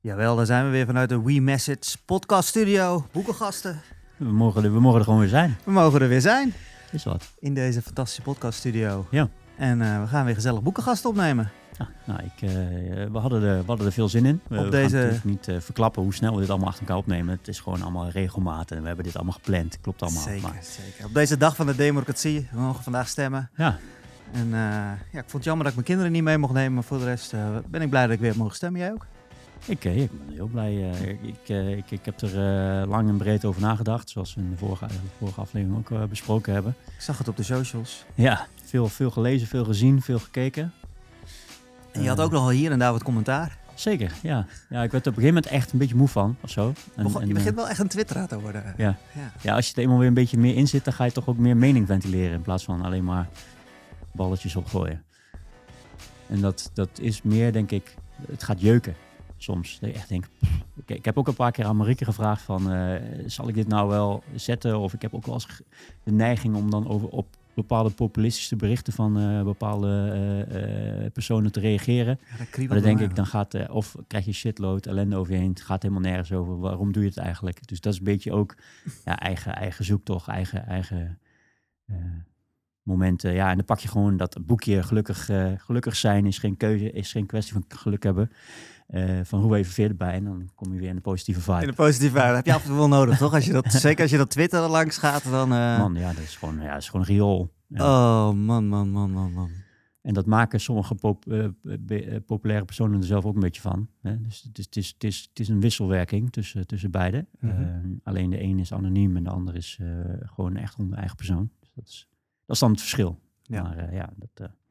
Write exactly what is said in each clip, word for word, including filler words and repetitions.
Jawel, daar zijn we weer vanuit de We Message podcast studio. Boekengasten. We mogen, er, we mogen er gewoon weer zijn. We mogen er weer zijn. Is wat. In deze fantastische podcast studio. Ja. En uh, we gaan weer gezellig boekengasten opnemen. Ja, nou, ik, uh, we, hadden er, we hadden er veel zin in. We, Op we deze... gaan natuurlijk niet uh, verklappen hoe snel we dit allemaal achter elkaar opnemen. Het is gewoon allemaal regelmaat en we hebben dit allemaal gepland. Klopt allemaal. Zeker, maar... zeker. Op deze dag van de democratie. We mogen vandaag stemmen. Ja. En uh, ja, ik vond het jammer dat ik mijn kinderen niet mee mocht nemen. Maar voor de rest uh, ben ik blij dat ik weer heb mogen stemmen. Jij ook? Ik, ik ben heel blij. Uh, ik, uh, ik, ik heb er uh, lang en breed over nagedacht. Zoals we in de vorige, de vorige aflevering ook uh, besproken hebben. Ik zag het op de socials. Ja, veel, veel gelezen, veel gezien, veel gekeken. En je had ook nog wel hier en daar wat commentaar. Zeker, ja. ja. Ik werd op een gegeven moment echt een beetje moe van, of zo. En, Begon, je en, begint wel echt een twitteraar te worden. Ja. Ja. ja, als je er eenmaal weer een beetje meer in zit, dan ga je toch ook meer mening ventileren. In plaats van alleen maar balletjes opgooien. En dat, dat is meer, denk ik, het gaat jeuken. Soms. Dat je echt denkt, ik, ik heb ook een paar keer aan Marieke gevraagd van, uh, zal ik dit nou wel zetten? Of ik heb ook wel eens de neiging om dan over op bepaalde populistische berichten van uh, bepaalde uh, uh, personen te reageren. Ja, maar dan denk ik, dan gaat, uh, of krijg je shitload, ellende over je heen. Het gaat helemaal nergens over. Waarom doe je het eigenlijk? Dus dat is een beetje ook ja, eigen, eigen zoektocht, eigen, eigen uh, momenten. Ja, en dan pak je gewoon dat boekje gelukkig, uh, gelukkig zijn is geen keuze, is geen kwestie van geluk hebben. Uh, van hoe even veer erbij en dan kom je weer in de positieve vibe. In de positieve vibe. Dat heb je af en toe wel nodig, toch? Als je dat, zeker als je dat Twitter langs gaat, dan... Uh... Man, ja, dat is gewoon, ja, dat is gewoon een riool. Ja. Oh, man, man, man, man, man. En dat maken sommige pop, uh, be, uh, populaire personen er zelf ook een beetje van. Hè? Dus het is, het, is, het, is, het is een wisselwerking tussen, tussen beide. Mm-hmm. Uh, alleen de een is anoniem en de ander is uh, gewoon echt onder eigen persoon. Dus dat is, dat is dan het verschil. Ja. Maar uh, ja, dat... Uh,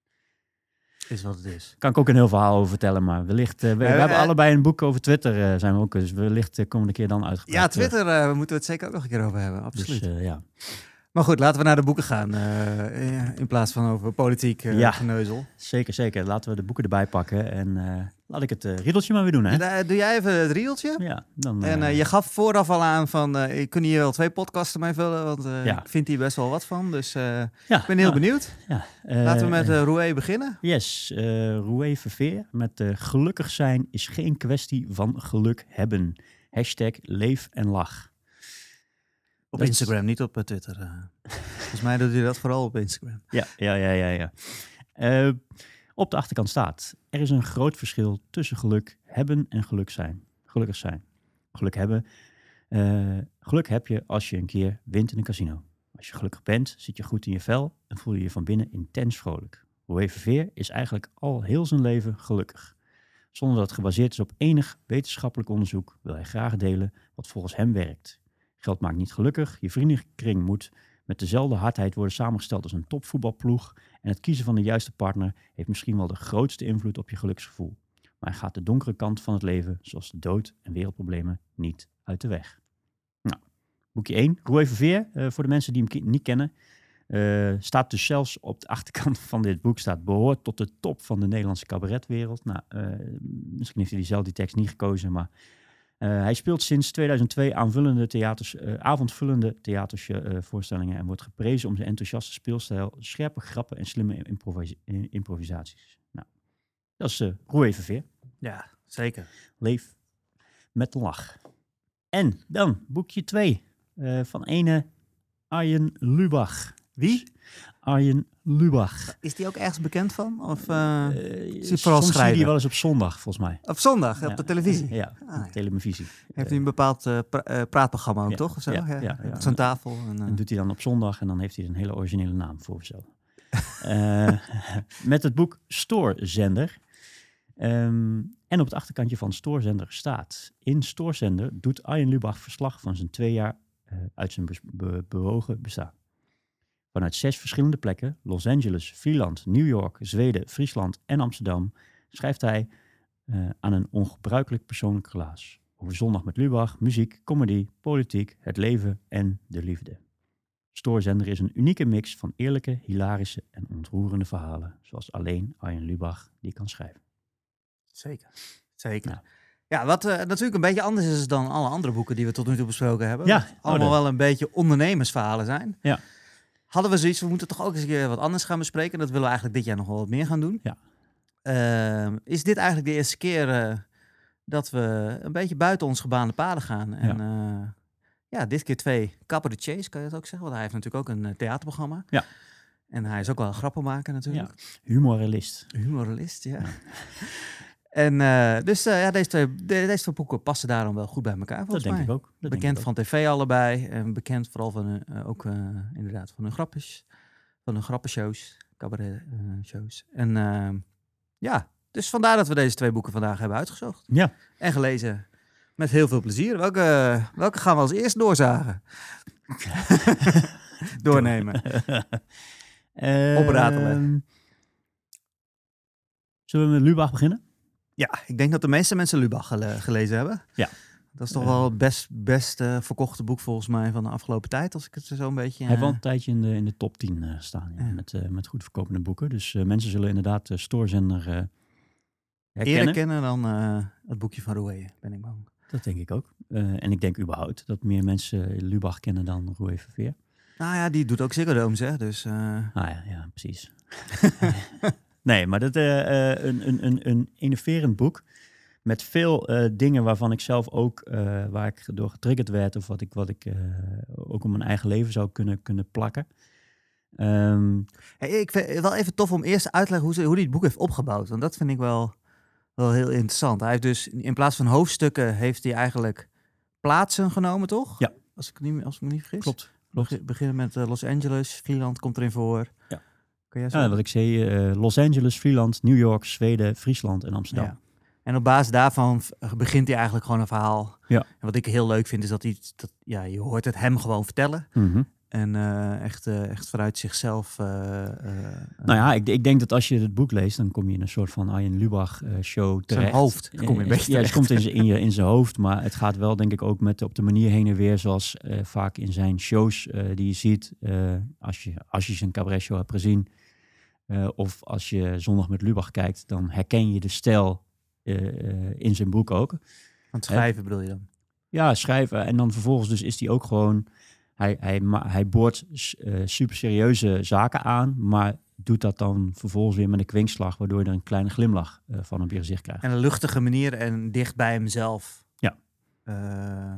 is wat het is. Kan ik ook een heel verhaal over vertellen, maar wellicht... Uh, we, we uh, hebben uh, allebei een boek over Twitter, uh, zijn we ook. Dus wellicht uh, komende keer dan uitgebreid. Ja, Twitter uh, moeten we het zeker ook nog een keer over hebben, absoluut. Dus, uh, ja. Maar goed, laten we naar de boeken gaan, uh, in plaats van over politiek uh, ja, geneuzel. Zeker, zeker. Laten we de boeken erbij pakken en uh, laat ik het uh, riedeltje maar weer doen, hè? Ja, doe jij even het riedeltje? Ja. Dan, uh, en uh, je gaf vooraf al aan van, uh, ik kun hier wel twee podcasten mee vullen, want uh, ja. ik vind hier best wel wat van. Dus uh, ja, ik ben heel ja. benieuwd. Ja. Uh, Laten we met uh, Roué beginnen. Yes, uh, Roué Verveer met uh, gelukkig zijn is geen kwestie van geluk hebben. Hashtag leef en lach. Op dat Instagram, is... niet op uh, Twitter. Uh. Volgens mij doet hij dat vooral op Instagram. Ja, ja, ja, ja. ja. Uh, op de achterkant staat: er is een groot verschil tussen geluk hebben en geluk zijn. Gelukkig zijn. Geluk hebben. Uh, geluk heb je als je een keer wint in een casino. Als je gelukkig bent, zit je goed in je vel en voel je je van binnen intens vrolijk. Roué Verveer is eigenlijk al heel zijn leven gelukkig. Zonder dat het gebaseerd is op enig wetenschappelijk onderzoek, wil hij graag delen wat volgens hem werkt. Geld maakt niet gelukkig. Je vriendenkring moet met dezelfde hardheid worden samengesteld als een topvoetbalploeg. En het kiezen van de juiste partner heeft misschien wel de grootste invloed op je geluksgevoel. Maar hij gaat de donkere kant van het leven, zoals de dood en wereldproblemen, niet uit de weg. Nou, boekje één. Roué Verveer, uh, voor de mensen die hem niet kennen. Uh, staat dus zelfs op de achterkant van dit boek, staat behoort tot de top van de Nederlandse cabaretwereld. Nou, uh, misschien heeft hij zelf die tekst niet gekozen, maar... Uh, hij speelt sinds tweeduizend twee aanvullende theaters, uh, avondvullende theatervoorstellingen uh, en wordt geprezen om zijn enthousiaste speelstijl, scherpe grappen en slimme improvisa- improvisaties. Nou, dat is uh, Roué Verveer. Ja, zeker. Leef met een lach. En dan boekje twee uh, van ene Arjen Lubach. Wie? Arjen Lubach. Is die ook ergens bekend van? Of uh, uh, is hij vooral soms schrijven? zie je wel eens op zondag, volgens mij. Op zondag, ja, op de televisie? Ja, ah, op de televisie. Heeft hij een bepaald uh, pra- uh, praatprogramma ook, ja, toch? Of zo? Ja, ja, ja, ja, op zo'n ja. tafel. En, uh... en doet hij dan op zondag en dan heeft hij een hele originele naam voor zo. uh, met het boek Stoorzender. Um, en op het achterkantje van Stoorzender staat: in Stoorzender doet Arjen Lubach verslag van zijn twee jaar uh, uit zijn be- be- bewogen bestaan. Vanuit zes verschillende plekken, Los Angeles, Vlieland, New York, Zweden, Friesland en Amsterdam, schrijft hij uh, aan een ongebruikelijk persoonlijk relaas. Over Zondag met Lubach, muziek, comedy, politiek, het leven en de liefde. Stoorzender is een unieke mix van eerlijke, hilarische en ontroerende verhalen, zoals alleen Arjen Lubach die kan schrijven. Zeker, zeker. Ja. Ja, wat uh, natuurlijk een beetje anders is dan alle andere boeken die we tot nu toe besproken hebben. Ja, allemaal oh, de... wel een beetje ondernemersverhalen zijn. Ja. Hadden we zoiets, we moeten toch ook eens een keer wat anders gaan bespreken. Dat willen we eigenlijk dit jaar nog wel wat meer gaan doen. Ja. Uh, is dit eigenlijk de eerste keer uh, dat we een beetje buiten ons gebaande paden gaan. En ja, uh, ja dit keer twee Capo de Chase, kan je dat ook zeggen? Want hij heeft natuurlijk ook een uh, theaterprogramma. Ja. En hij is ook wel een grappenmaker natuurlijk. Ja. Humoralist. Humoralist, ja. ja. En uh, dus uh, ja, deze twee, de, deze twee boeken passen daarom wel goed bij elkaar, volgens dat mij. Denk ik ook. Dat bekend ik van ook. tv allebei. En bekend vooral van uh, ook uh, inderdaad van hun grapjes. Van hun grappenshows, cabaret uh, shows. En uh, ja, dus vandaar dat we deze twee boeken vandaag hebben uitgezocht. Ja. En gelezen. Met heel veel plezier. Welke, welke gaan we als eerst doorzagen? Doornemen. uh, Opratelen. Zullen we met Lubach beginnen? Ja, ik denk dat de meeste mensen Lubach gele- gelezen hebben. Ja. Dat is toch uh, wel het best, best uh, verkochte boek volgens mij van de afgelopen tijd, als ik het zo een beetje... Uh... Hij heeft wel een tijdje in de, in de top tien uh, staan, ja, ja. Met, uh, met goed verkopende boeken. Dus uh, mensen zullen inderdaad de stoorzender uh, herkennen. Eerder kennen dan uh, het boekje van Roué, ben ik bang. Dat denk ik ook. Uh, en ik denk überhaupt dat meer mensen Lubach kennen dan Roué Verveer. Nou ja, die doet ook Ziggo Dome, zeg. Dus, uh... Ah ja, ja precies. Nee, maar dat is uh, uh, een, een, een, een innoverend boek. Met veel uh, dingen waarvan ik zelf ook, uh, waar ik door getriggerd werd, of wat ik, wat ik uh, ook op mijn eigen leven zou kunnen, kunnen plakken. Um, hey, ik vind het wel even tof om eerst uit te leggen hoe, ze, hoe hij het boek heeft opgebouwd. Want dat vind ik wel, wel heel interessant. Hij heeft dus in plaats van hoofdstukken, heeft hij eigenlijk plaatsen genomen, toch? Ja. Als ik, niet, als ik me niet vergis. Klopt. klopt. We beginnen met uh, Los Angeles, Vlieland komt erin voor. Ja. Kun jij ja, wat ik zei, uh, Los Angeles, Vlieland, New York, Zweden, Friesland en Amsterdam. Ja. En op basis daarvan begint hij eigenlijk gewoon een verhaal. Ja. En wat ik heel leuk vind is dat hij, dat, ja, je hoort het hem gewoon vertellen. Mm-hmm. En uh, echt, uh, echt vanuit zichzelf. Uh, uh, nou ja, ik, ik denk dat als je het boek leest, dan kom je in een soort van Arjen Lubach uh, show terecht. Zijn hoofd kom je een beetje Ja, het komt in zijn, in, je, in zijn hoofd, maar het gaat wel denk ik ook met op de manier heen en weer, zoals uh, vaak in zijn shows uh, die je ziet. Uh, als, je, als je zijn cabaret show hebt gezien, uh, of als je Zondag met Lubach kijkt, dan herken je de stijl uh, uh, in zijn boek ook. Van het schrijven He? bedoel je dan? Ja, schrijven. En dan vervolgens dus is hij ook gewoon... Hij, hij, hij boort uh, super serieuze zaken aan, maar doet dat dan vervolgens weer met een kwinkslag, waardoor je er een kleine glimlach uh, van op je gezicht krijgt. En een luchtige manier en dicht bij hemzelf ja. uh,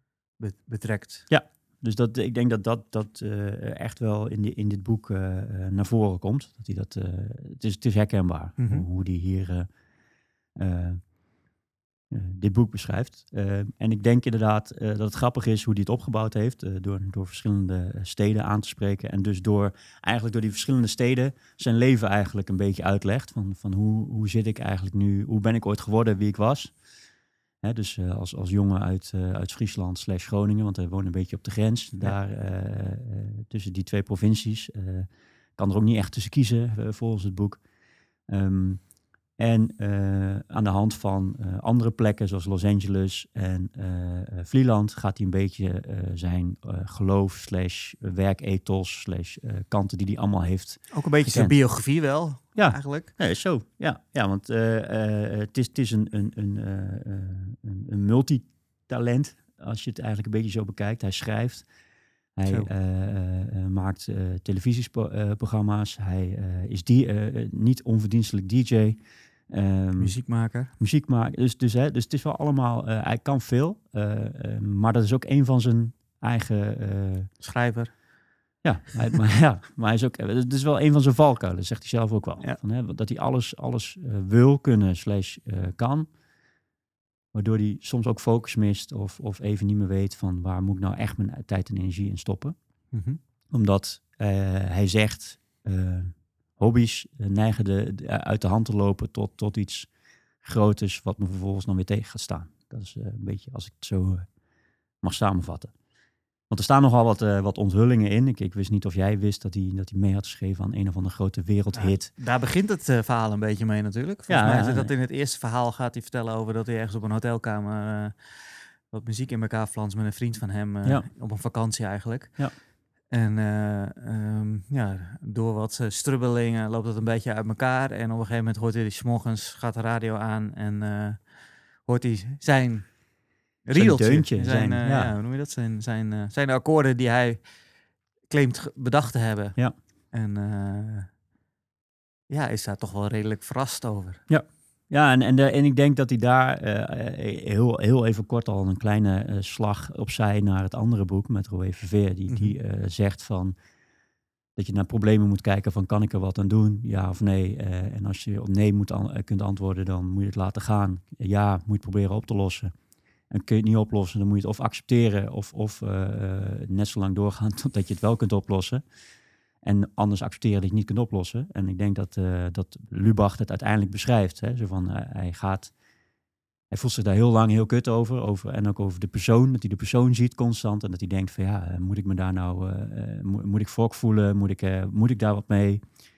betrekt. Ja, dus dat, ik denk dat dat, dat uh, echt wel in, die, in dit boek uh, uh, naar voren komt. Dat hij dat, uh, het, is, het is herkenbaar mm-hmm. hoe, hoe die hier... Uh, uh, Uh, dit boek beschrijft. Uh, en ik denk inderdaad uh, dat het grappig is hoe hij het opgebouwd heeft, uh, door, door verschillende steden aan te spreken en dus door eigenlijk door die verschillende steden zijn leven eigenlijk een beetje uitlegt van, van hoe, hoe zit ik eigenlijk nu, hoe ben ik ooit geworden wie ik was. Hè, dus uh, als, als jongen uit, uh, uit Friesland slash Groningen, want hij woont een beetje op de grens, ja. daar uh, uh, tussen die twee provincies. Uh, kan er ook niet echt tussen kiezen, uh, volgens het boek. Um, En uh, aan de hand van uh, andere plekken, zoals Los Angeles en uh, uh, Vlieland, gaat hij een beetje uh, zijn uh, geloof slash werkethos slash uh, kanten die hij allemaal heeft. Ook een beetje gekend. Zijn biografie wel, ja. eigenlijk. Ja, zo. Ja, ja want uh, uh, het is, het is een, een, een, uh, een, een multitalent, als je het eigenlijk een beetje zo bekijkt. Hij schrijft, hij uh, uh, maakt uh, televisieprogramma's, hij uh, is die, uh, niet onverdienstelijk D J. Um, muziekmaker. Muziekmaker. Dus, dus, hè, dus het is wel allemaal... Uh, hij kan veel. Uh, uh, maar dat is ook een van zijn eigen... Uh, Schrijver. Ja, hij, maar, ja, maar hij is ook... Het is wel een van zijn valkuilen, dat zegt hij zelf ook wel. Ja. Van, hè, dat hij alles, alles uh, wil, kunnen, slash uh, kan. Waardoor hij soms ook focus mist of, of even niet meer weet van waar moet ik nou echt mijn tijd en energie in stoppen. Mm-hmm. Omdat uh, hij zegt... Uh, hobby's neigen de, de, uit de hand te lopen tot, tot iets groters wat me vervolgens dan weer tegen gaat staan. Dat is uh, een beetje als ik het zo uh, mag samenvatten. Want er staan nogal wat, uh, wat onthullingen in. Ik, ik wist niet of jij wist dat hij, dat hij mee had geschreven aan een of andere grote wereldhit. Ja, daar begint het uh, verhaal een beetje mee natuurlijk. Volgens ja, mij is ja, dat in het eerste verhaal gaat hij vertellen over dat hij ergens op een hotelkamer uh, wat muziek in elkaar flanst met een vriend van hem uh, ja. op een vakantie eigenlijk. Ja. En uh, um, ja, door wat uh, strubbelingen loopt het een beetje uit elkaar. En op een gegeven moment hoort hij 's morgens, gaat de radio aan en uh, hoort hij zijn riedeltje. Zijn deuntje. Zijn, zijn, uh, ja. ja, hoe noem je dat? Zijn, zijn, uh, zijn de akkoorden die hij claimt bedacht te hebben. Ja. En uh, ja, is daar toch wel redelijk verrast over. Ja. Ja, en, en, de, en ik denk dat hij daar uh, heel, heel even kort al een kleine uh, slag opzij naar het andere boek met Roé Verveer. Die, mm-hmm. die uh, zegt van dat je naar problemen moet kijken van kan ik er wat aan doen, ja of nee. Uh, en als je op nee moet an- kunt antwoorden, dan moet je het laten gaan. Ja, moet je het proberen op te lossen. En kun je het niet oplossen, dan moet je het of accepteren of, of uh, uh, net zo lang doorgaan totdat je het wel kunt oplossen. En anders accepteren dat je het niet kunt oplossen. En ik denk dat, uh, dat Lubach het uiteindelijk beschrijft. Hè? Zo van, uh, hij gaat, hij voelt zich daar heel lang heel kut over, over. En ook over de persoon, dat hij de persoon ziet constant. En dat hij denkt van ja, uh, moet ik me daar nou, uh, uh, moet, moet ik wrok voelen? Moet ik, uh, moet ik daar wat mee?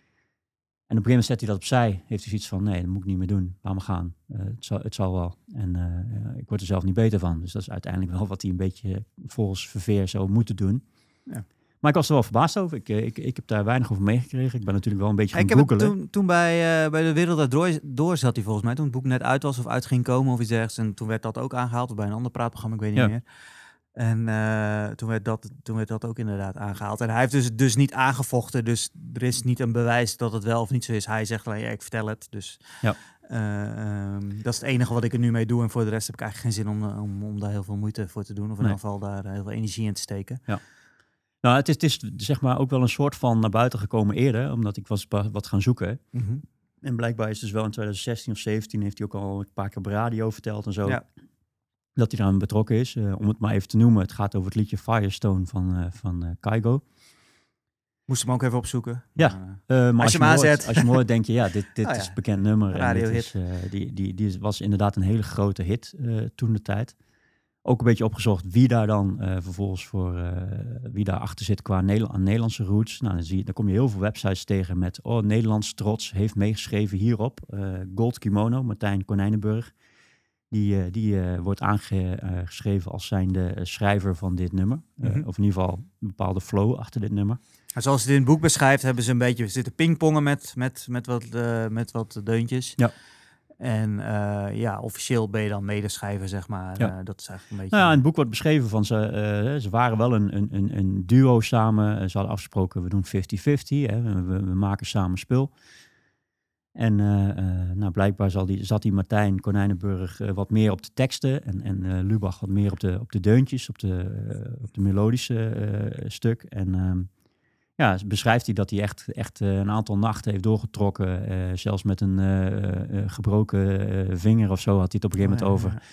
En op een gegeven moment zet hij dat opzij. Heeft hij zoiets van, nee, dat moet ik niet meer doen. Laat me gaan. Uh, het, zal, het zal wel. En uh, ik word er zelf niet beter van. Dus dat is uiteindelijk wel wat hij een beetje volgens Verveer zou moeten doen. Ja. Maar ik was er wel verbaasd over. Ik, ik, ik heb daar weinig over meegekregen. Ik ben natuurlijk wel een beetje gaan googelen. Ik heb het toen, toen bij, uh, bij De Wereld Door, door zat hij volgens mij. Toen het boek net uit was of uit ging komen of iets dergelijks. En toen werd dat ook aangehaald. Of bij een ander praatprogramma, ik weet niet ja. meer. En uh, toen, werd dat, toen werd dat ook inderdaad aangehaald. En hij heeft dus, dus niet aangevochten. Dus er is niet een bewijs dat het wel of niet zo is. Hij zegt alleen, ja, ik vertel het. Dus ja. uh, um, dat is het enige wat ik er nu mee doe. En voor de rest heb ik eigenlijk geen zin om, om, om daar heel veel moeite voor te doen. Of in ieder geval daar heel veel energie in te steken. Ja. Nou, het is, het is zeg maar ook wel een soort van naar buiten gekomen eerder. Omdat ik was wat gaan zoeken. Mm-hmm. En blijkbaar is dus wel in twintig zestien of zeventien... heeft hij ook al een paar keer op radio verteld en zo... Ja. dat hij daaraan betrokken is. Uh, om het maar even te noemen. Het gaat over het liedje Firestone van, uh, van uh, Kygo. Moest hem ook even opzoeken. Ja, uh, maar als, als je hem aanzet. Als je hem hoort, denk je, ja, dit, dit oh, ja. is een bekend nummer. Radio-hit. Uh, die, die, die was inderdaad een hele grote hit uh, toen de tijd. Ook een beetje opgezocht wie daar dan uh, vervolgens voor, uh, wie daar achter zit qua Nederland, aan Nederlandse roots. Nou, dan, zie je, dan kom je heel veel websites tegen met, oh, Nederlands trots heeft meegeschreven hierop. Uh, Gold Kimono, Martijn Konijnenburg. Die, uh, die uh, wordt aangeschreven als zijnde uh, schrijver van dit nummer. Uh, mm-hmm. Of in ieder geval een bepaalde flow achter dit nummer. En zoals het in het boek beschrijft, hebben ze een beetje zitten pingpongen met, met, met, wat, uh, met wat deuntjes. Ja. En uh, ja, officieel ben je dan medeschrijver, zeg maar. Ja. Uh, dat is eigenlijk een beetje... Nou ja, in het boek wordt beschreven van ze, uh, ze waren wel een, een, een duo samen. Ze hadden afgesproken, we doen vijftig vijftig, hè, we, we, we maken samen spul. En uh, uh, nou, blijkbaar zal die, zat die Martijn Konijnenburg uh, wat meer op de teksten en, en uh, Lubach wat meer op de, op de deuntjes, op de, uh, op de melodische uh, stuk. En uh, ja, beschrijft hij dat hij echt, echt uh, een aantal nachten heeft doorgetrokken. Uh, zelfs met een uh, uh, gebroken uh, vinger of zo had hij het op een gegeven moment over.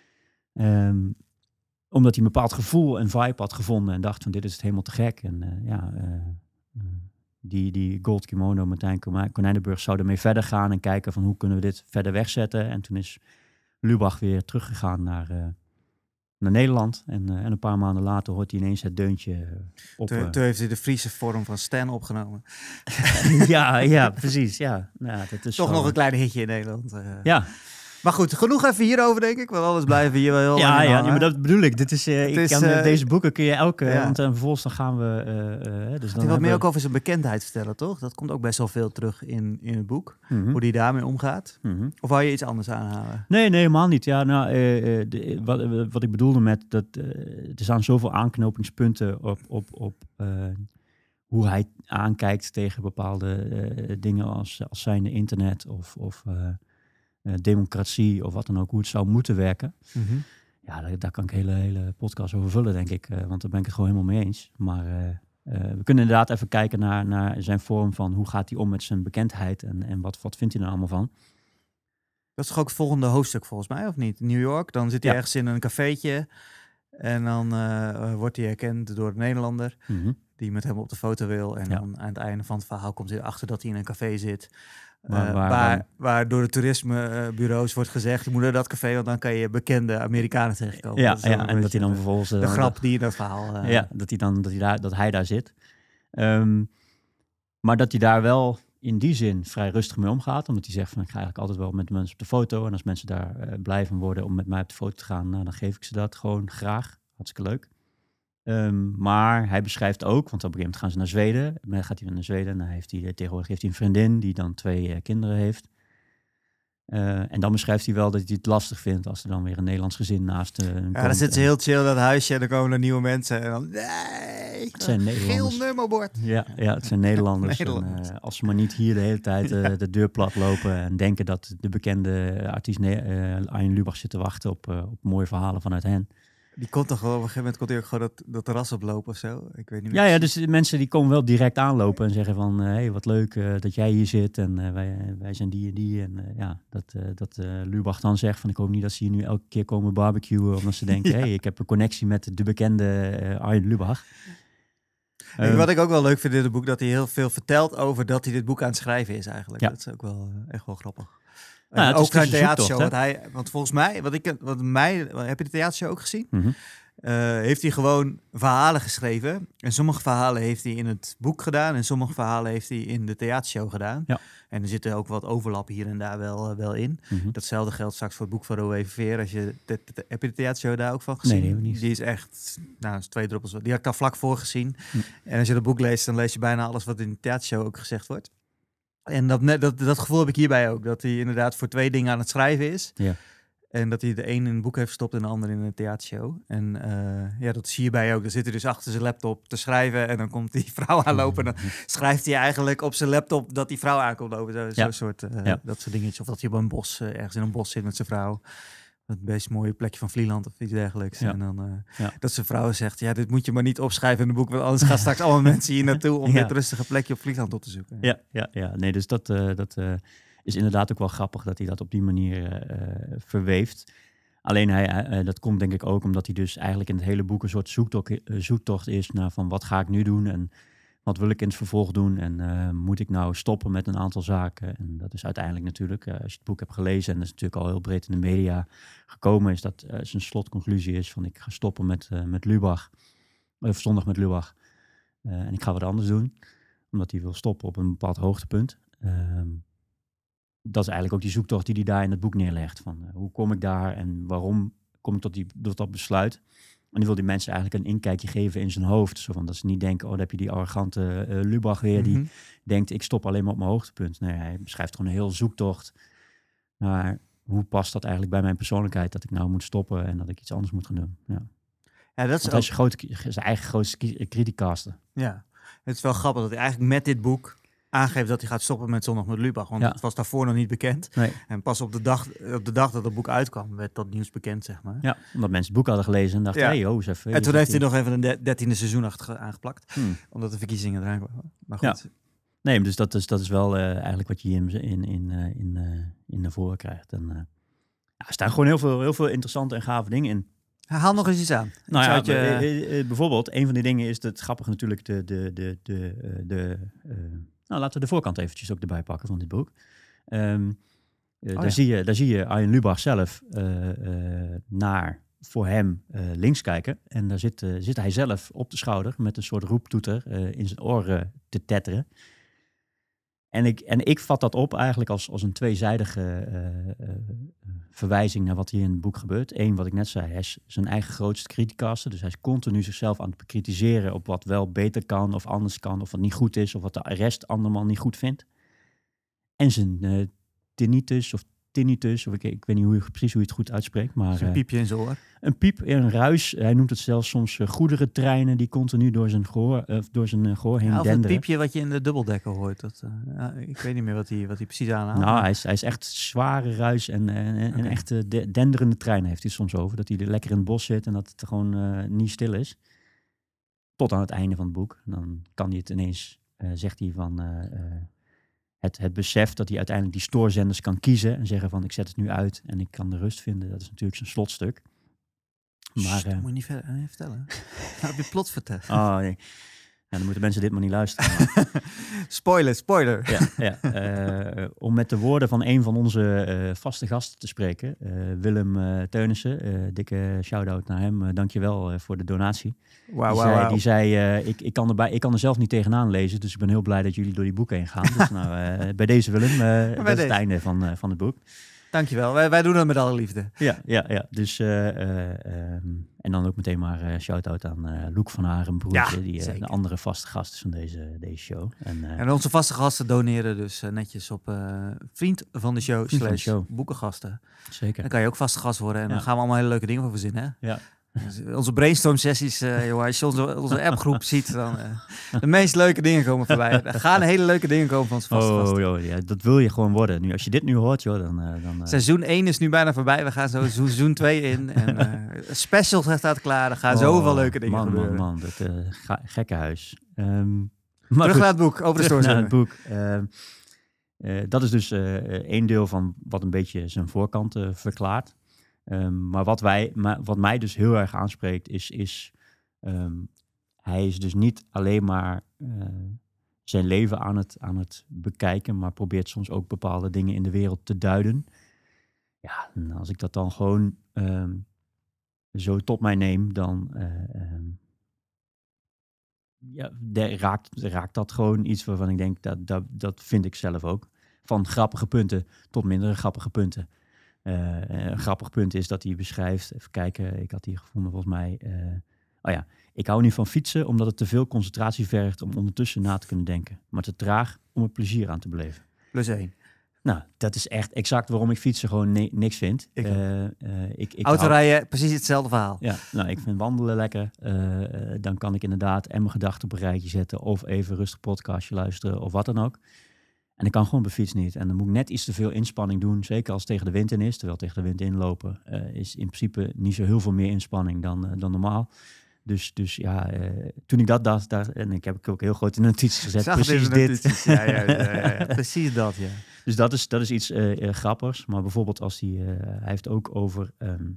Um, omdat hij een bepaald gevoel en vibe had gevonden en dacht van dit is het helemaal te gek. En uh, ja... Uh, uh, Die, die Gold Kimono, Martijn Konijnenburg, zou ermee verder gaan en kijken van hoe kunnen we dit verder wegzetten. En toen is Lubach weer teruggegaan naar, uh, naar Nederland. En, uh, en een paar maanden later hoort hij ineens het deuntje op. Toen, uh, toen heeft hij de Friese vorm van Stan opgenomen. ja, ja, precies. Ja. Nou, dat is toch zo, nog een klein hitje in Nederland. Uh. Ja. Maar goed, genoeg even hierover, denk ik. Want anders blijven we hier wel heel ja, lang ja, aan, ja, maar dat bedoel ik. Dit is, uh, ik is, kan, uh, deze boeken kun je elke... Ja. Want uh, vervolgens dan gaan we... Uh, uh, dus dan dan wat meer we... ook over zijn bekendheid vertellen, toch? Dat komt ook best wel veel terug in, in het boek. Mm-hmm. Hoe die daarmee omgaat. Mm-hmm. Of wou je iets anders aanhalen? Nee, nee, helemaal niet. Ja, nou, uh, uh, de, wat, wat ik bedoelde met dat... Uh, er staan zoveel aanknopingspunten op... op, op uh, hoe hij aankijkt tegen bepaalde uh, dingen als, als zijnde internet of... of uh, Uh, democratie of wat dan ook, hoe het zou moeten werken. Mm-hmm. Ja, daar, daar kan ik een hele, hele podcast over vullen, denk ik. Uh, want daar ben ik het gewoon helemaal mee eens. Maar uh, uh, we kunnen inderdaad even kijken naar, naar zijn vorm van hoe gaat hij om met zijn bekendheid en, en wat, wat vindt hij er allemaal van. Dat is toch ook het volgende hoofdstuk volgens mij, of niet? New York, dan zit hij ja. ergens in een cafeetje en dan uh, wordt hij herkend door een Nederlander mm-hmm. die met hem op de foto wil. En ja. dan aan het einde van het verhaal komt hij erachter dat hij in een café zit. Waar, uh, waar, waar, waar door de toerismebureaus wordt gezegd, je moet naar dat café, want dan kan je bekende Amerikanen tegenkomen. Ja, dat ja en dat hij dan de, vervolgens... De, de grap die in dat verhaal... Uh, ja, dat hij, dan, dat, hij daar, dat hij daar zit. Um, maar dat hij daar wel in die zin vrij rustig mee omgaat. Omdat hij zegt van, ik ga eigenlijk altijd wel met mensen op de foto. En als mensen daar uh, blij van worden om met mij op de foto te gaan, nou, dan geef ik ze dat gewoon graag. Hartstikke leuk. Um, maar hij beschrijft ook, want op een gegeven moment gaan ze naar Zweden. Dan gaat hij naar Zweden en dan heeft hij tegenwoordig heeft hij een vriendin die dan twee uh, kinderen heeft. Uh, en dan beschrijft hij wel dat hij het lastig vindt als er dan weer een Nederlands gezin naast uh, hem Ja, komt. dan zit ze en... heel chill in dat huisje en dan komen er nieuwe mensen. En dan, nee, het zijn Nederlanders. Geel nummerbord. Ja, ja, het zijn Nederlanders. Nederlanders. En, uh, als ze maar niet hier de hele tijd uh, ja. de deur plat lopen en denken dat de bekende artiest uh, Arjen Lubach zit te wachten op, uh, op mooie verhalen vanuit hen. Die komt toch wel, op een gegeven moment komt hij ook gewoon dat, dat terras oplopen of zo? Ik weet niet meer. Ja, ja, dus de mensen die komen wel direct aanlopen en zeggen van... hé, uh, hey, wat leuk uh, dat jij hier zit en uh, wij, wij zijn die en die. En uh, ja, dat, uh, dat uh, Lubach dan zegt van... ik hoop niet dat ze hier nu elke keer komen barbecuen... omdat ze denken, hé, ja. hey, ik heb een connectie met de bekende uh, Arjen Lubach. En um, wat ik ook wel leuk vind in het boek... dat hij heel veel vertelt over dat hij dit boek aan het schrijven is eigenlijk. Ja. Dat is ook wel uh, echt wel grappig. Nou, uh, ook voor een theatershow. Want, hij, want volgens mij, wat ik, wat mij, heb je de theatershow ook gezien? Mm-hmm. Uh, heeft hij gewoon verhalen geschreven. En sommige verhalen heeft hij in het boek gedaan. En sommige verhalen heeft hij in de theatershow gedaan. Ja. En er zitten ook wat overlap hier en daar wel, uh, wel in. Mm-hmm. Datzelfde geldt straks voor het boek van Roé Verveer. Als je de, de, de, heb je de theatershow daar ook van gezien? Nee, die hebben we niet. Die is echt, nou, is twee druppels. Die had ik al vlak voor gezien. Mm. En als je dat boek leest, dan lees je bijna alles wat in de theatershow ook gezegd wordt. En dat, dat, dat gevoel heb ik hierbij ook. Dat hij inderdaad voor twee dingen aan het schrijven is. Ja. En dat hij de een in een boek heeft gestopt en de ander in een theatershow. En uh, ja, dat zie je bij ook. Dan zit hij dus achter zijn laptop te schrijven en dan komt die vrouw aanlopen. En dan schrijft hij eigenlijk op zijn laptop dat die vrouw aankomt lopen. Zo, ja. zo soort, uh, ja. dat soort dingetjes. Of dat hij op een bos, uh, ergens in een bos zit met zijn vrouw. Het best mooie plekje van Vlieland of iets dergelijks. Ja. En dan uh, ja. dat zijn vrouw zegt, ja, dit moet je maar niet opschrijven in het boek, want anders gaan straks allemaal mensen hier naartoe om ja. dit rustige plekje op Vlieland op te zoeken. Ja, ja, ja. Nee, dus dat, uh, dat uh, is inderdaad ook wel grappig dat hij dat op die manier uh, verweeft. Alleen hij, uh, dat komt denk ik ook omdat hij dus eigenlijk in het hele boek een soort zoektocht, uh, zoektocht is naar van wat ga ik nu doen en wat wil ik in het vervolg doen en uh, moet ik nou stoppen met een aantal zaken. En dat is uiteindelijk natuurlijk, uh, als je het boek hebt gelezen en dat is natuurlijk al heel breed in de media gekomen, is dat uh, zijn slotconclusie is van ik ga stoppen met, uh, met Lubach, of zondag met Lubach. Uh, en ik ga wat anders doen, omdat hij wil stoppen op een bepaald hoogtepunt. Uh, dat is eigenlijk ook die zoektocht die hij daar in het boek neerlegt. Van uh, hoe kom ik daar en waarom kom ik tot, die, tot dat besluit? En die wil die mensen eigenlijk een inkijkje geven in zijn hoofd. Zo van dat ze niet denken, oh, dan heb je die arrogante uh, Lubach weer. Mm-hmm. Die denkt, ik stop alleen maar op mijn hoogtepunt. Nee, hij beschrijft gewoon een heel zoektocht naar hoe past dat eigenlijk bij mijn persoonlijkheid. Dat ik nou moet stoppen en dat ik iets anders moet gaan doen. Ja, ja dat is Want ook... hij is grote, zijn eigen grootste criticaster. Ja, het is wel grappig dat hij eigenlijk met dit boek aangeeft dat hij gaat stoppen met Zondag met Lubach. Want ja. het was daarvoor nog niet bekend. Nee. En pas op de, dag, op de dag dat het boek uitkwam, werd dat nieuws bekend, zeg maar. Ja, omdat mensen het boek hadden gelezen en dachten, ja. hey, oh, eens even. En toen heeft hij nog even een dertiende seizoen aangeplakt. Hmm. Omdat de verkiezingen eraan kwamen. Maar goed. Ja. Nee, dus dat is, dat is wel uh, eigenlijk wat je hier in, in, in, uh, in, uh, in naar voren krijgt. En, uh, ja, er staan gewoon heel veel, heel veel interessante en gave dingen in. Haal nog eens iets aan. Nou ja, je... uh, uh, bijvoorbeeld, een van die dingen is het grappige natuurlijk de... de, de, de, uh, de uh, nou, laten we de voorkant eventjes ook erbij pakken van dit boek. Um, uh, oh, daar, ja. zie je, daar zie je Arjen Lubach zelf uh, uh, naar voor hem uh, links kijken. En daar zit, uh, zit hij zelf op de schouder met een soort roeptoeter uh, in zijn oren te tetteren. En ik, en ik vat dat op eigenlijk als, als een tweezijdige uh, uh, verwijzing naar wat hier in het boek gebeurt. Eén, wat ik net zei, hij is zijn eigen grootste criticaster. Dus hij is continu zichzelf aan het bekritiseren op wat wel beter kan of anders kan. Of wat niet goed is of wat de rest anderman niet goed vindt. En zijn uh, tinnitus of tinnitus, of ik, ik weet niet hoe, precies hoe je het goed uitspreekt. Maar, een piepje in zijn oor. Een piep, een ruis. Hij noemt het zelfs soms uh, goederentreinen die continu door zijn gehoor, uh, door zijn uh, gehoor heen ja, of denderen. Of het piepje wat je in de dubbeldekker hoort. Dat, uh, ja, ik weet niet meer wat hij wat hij precies aanhaalt. Nou, hij is, hij is echt zware ruis en, en, en okay. echt uh, de, denderende treinen heeft hij soms over. Dat hij lekker in het bos zit en dat het gewoon uh, niet stil is. Tot aan het einde van het boek. Dan kan hij het ineens, uh, zegt hij van... Uh, uh, Het, het besef dat hij uiteindelijk die stoorzenders kan kiezen en zeggen van ik zet het nu uit en ik kan de rust vinden. Dat is natuurlijk zijn slotstuk. Maar, Sst, uh, moet je niet verder uh, vertellen. Nou, heb je plot vertellen. Oh nee. Ja, dan moeten mensen dit maar niet luisteren. Maar... spoiler, spoiler. Ja, ja. Uh, om met de woorden van een van onze uh, vaste gasten te spreken. Uh, Willem uh, Teunissen. Uh, dikke shout-out naar hem. Uh, dankjewel uh, voor de donatie. Wow, die, wow, zei, wow. die zei, uh, ik, ik, kan erbij, ik kan er zelf niet tegenaan lezen. Dus ik ben heel blij dat jullie door die boeken heen gaan. Dus nou, uh, bij deze Willem, uh, dat is het einde van, uh, van het boek. Dankjewel. Wij, wij doen dat met alle liefde. Ja, ja, ja. Dus, uh, uh, um, en dan ook meteen maar uh, shout-out aan uh, Loek van Haren, broertje, Ja, die uh, zeker. de andere vaste gast is van deze, deze show. En, uh, En onze vaste gasten doneren dus uh, netjes op uh, vriend van de show Vriend van de slash show. boekengasten. Zeker. Dan kan je ook vaste gast worden en Ja. dan gaan we allemaal hele leuke dingen voor verzinnen. Hè? Ja. Dus onze brainstorm sessies, uh, joh, als je onze, onze appgroep ziet, dan uh, de meest leuke dingen komen voorbij. Er gaan hele leuke dingen komen van onze vaste Oh, gasten. joh, ja, dat wil je gewoon worden. Nu, als je dit nu hoort, joh, dan... Uh, dan uh... Seizoen één is nu bijna voorbij. We gaan zo seizoen twee in. En uh, special staat klaar. Er gaan oh, zoveel leuke dingen man, gebeuren. Man, man, dat uh, ga, gekkenhuis. Um, maar Terug goed, naar het boek, over de terug naar het stoorzonen. boek. Uh, uh, dat is dus uh, één deel van wat een beetje zijn voorkant uh, verklaart. Um, maar wat, wij, maar wat mij dus heel erg aanspreekt is... is um, hij is dus niet alleen maar uh, zijn leven aan het, aan het bekijken... maar probeert soms ook bepaalde dingen in de wereld te duiden. Ja, en als ik dat dan gewoon um, zo tot mij neem... dan uh, um, ja, de, raakt, raakt dat gewoon iets waarvan ik denk... Dat, dat, dat vind ik zelf ook. Van grappige punten tot mindere grappige punten. Uh, een grappig punt is dat hij beschrijft... Even kijken, ik had hier gevonden volgens mij... Uh, oh ja, ik hou niet van fietsen omdat het te veel concentratie vergt... om ondertussen na te kunnen denken. Maar te traag om er plezier aan te beleven. Plus één. Nou, dat is echt exact waarom ik fietsen gewoon ni- niks vind. Ik uh, uh, ik, ik Autorijden, hou... precies hetzelfde verhaal. Ja, nou, ik vind wandelen lekker. Uh, uh, dan kan ik inderdaad en mijn gedachten op een rijtje zetten... of even rustig podcastje luisteren of wat dan ook. En ik kan gewoon op de fiets niet. En dan moet ik net iets te veel inspanning doen. Zeker als het tegen de wind in is. Terwijl tegen de wind inlopen uh, is in principe niet zo heel veel meer inspanning dan, uh, dan normaal. Dus, dus ja, uh, toen ik dat dacht, daar, en ik heb ik ook heel groot in de notities gezet. Zag precies dit. Notities. Ja, ja, ja, ja, ja. Precies dat, ja. Dus dat is, dat is iets uh, uh, grappigs. Maar bijvoorbeeld als hij, uh, hij heeft ook over um,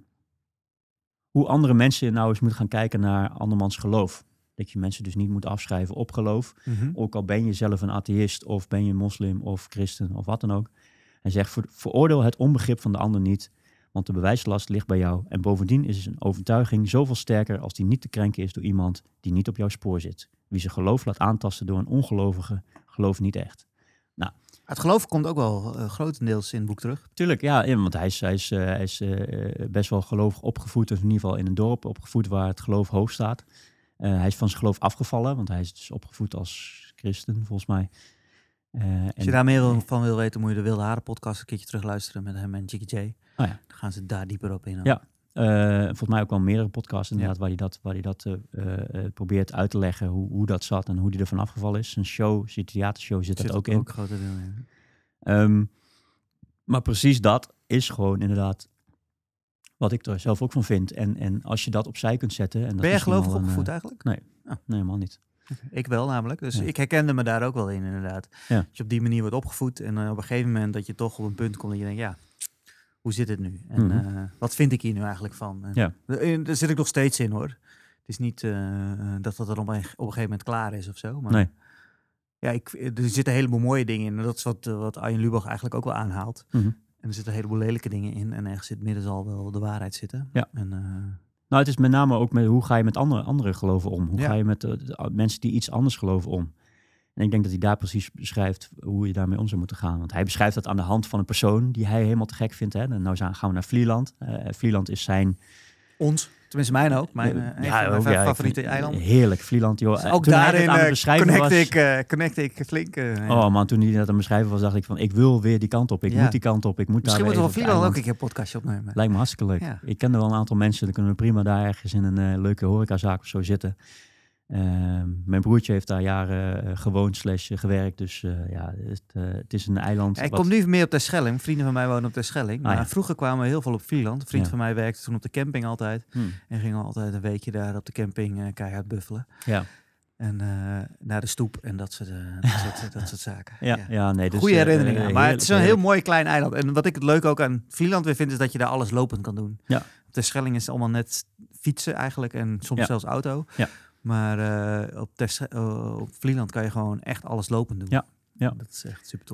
hoe andere mensen nou eens moeten gaan kijken naar andermans geloof. Dat je mensen dus niet moet afschrijven op geloof. Mm-hmm. Ook al ben je zelf een atheïst of ben je moslim of christen of wat dan ook. Hij zegt, ver, veroordeel het onbegrip van de ander niet, want de bewijslast ligt bij jou. En bovendien is een overtuiging zoveel sterker als die niet te krenken is door iemand die niet op jouw spoor zit. Wie zijn geloof laat aantasten door een ongelovige, gelooft niet echt. Nou, het geloof komt ook wel uh, grotendeels in het boek terug. Tuurlijk, ja, ja want hij is, hij is, uh, hij is uh, best wel gelovig opgevoed. Of in ieder geval in een dorp opgevoed waar het geloof hoog staat. Uh, hij is van zijn geloof afgevallen, want hij is dus opgevoed als christen, volgens mij. Uh, Als en, je daar meer van wil weten, moet je de Wilde Haren podcast een keertje terugluisteren met hem en Jiggy J. Oh ja. Dan gaan ze daar dieper op in. Ja, uh, volgens mij ook wel meerdere podcasts inderdaad, Ja. waar hij dat, waar hij dat uh, uh, probeert uit te leggen, hoe, hoe dat zat en hoe hij ervan afgevallen is. Zijn show, zijn theatershow zit, zit dat ook in. in. Ook grote deel in. Um, maar precies dat is gewoon inderdaad wat ik er zelf ook van vind. En, en als je dat opzij kunt zetten... En dat ben jij gelovig een, opgevoed uh, eigenlijk? Nee, oh. nee, helemaal niet. Ik wel namelijk, dus ja. ik herkende me daar ook wel in inderdaad. Ja. Als je op die manier wordt opgevoed en uh, op een gegeven moment dat je toch op een punt komt dat je denkt, ja, hoe zit het nu? En mm-hmm. uh, wat vind ik hier nu eigenlijk van? En ja. daar, daar zit ik nog steeds in hoor. Het is niet uh, dat dat er op een, op een gegeven moment klaar is of zo. Maar nee. Ja, ik, er zitten een heleboel mooie dingen in. En dat is wat, uh, wat Arjen Lubach eigenlijk ook wel aanhaalt. Mm-hmm. En er zitten een heleboel lelijke dingen in. En ergens in het midden zal wel de waarheid zitten. Ja. En, uh, Nou, het is met name ook met hoe ga je met andere, andere geloven om? Hoe ja. ga je met uh, de, mensen die iets anders geloven om? En ik denk dat hij daar precies beschrijft hoe je daarmee om zou moeten gaan. Want hij beschrijft dat aan de hand van een persoon die hij helemaal te gek vindt. Hè? En nou gaan we naar Vlieland. Uh, Vlieland is zijn... Ons, tenminste mijn ook. Mijn, uh, ja, mijn ook, ja, favoriete eiland. Heerlijk, Vlieland. Joh. Dus ook toen daarin aan het beschrijven connect, was, ik, uh, connect ik flink. Uh, ja. Oh man, toen hij dat aan het beschrijven was, dacht ik van... ik wil weer die kant op. Ik ja. moet die kant op. Ik moet Misschien daar moeten we van Vlieland ook een keer een podcastje opnemen. Lijkt me hartstikke leuk. Ja. Ik ken er wel een aantal mensen. Dan kunnen we prima daar ergens in een uh, leuke horecazaak of zo zitten. Uh, mijn broertje heeft daar jaren uh, gewoond slash uh, gewerkt. Dus uh, ja, het, uh, het is een eiland. Ja, ik wat... kom nu meer op Terschelling. Vrienden van mij wonen op Terschelling. Maar ah, ja. vroeger kwamen we heel veel op Vlieland. Een vriend ja. van mij werkte toen op de camping altijd. Hmm. En gingen we altijd een weekje daar op de camping uh, keihard buffelen. Ja. En uh, naar de stoep en dat soort, uh, dat soort, dat soort zaken. Ja, ja. ja nee, dus, goede herinneringen. Uh, uh, maar het is een heel mooi klein eiland. En wat ik het leuk ook aan Vlieland weer vind, is dat je daar alles lopend kan doen. Ja. Op Terschelling is het allemaal net fietsen eigenlijk. En soms ja. zelfs auto. Ja. Maar uh, op, Tersch- uh, op Vlieland kan je gewoon echt alles lopend doen. Ja. Ja. Dat is echt super tof.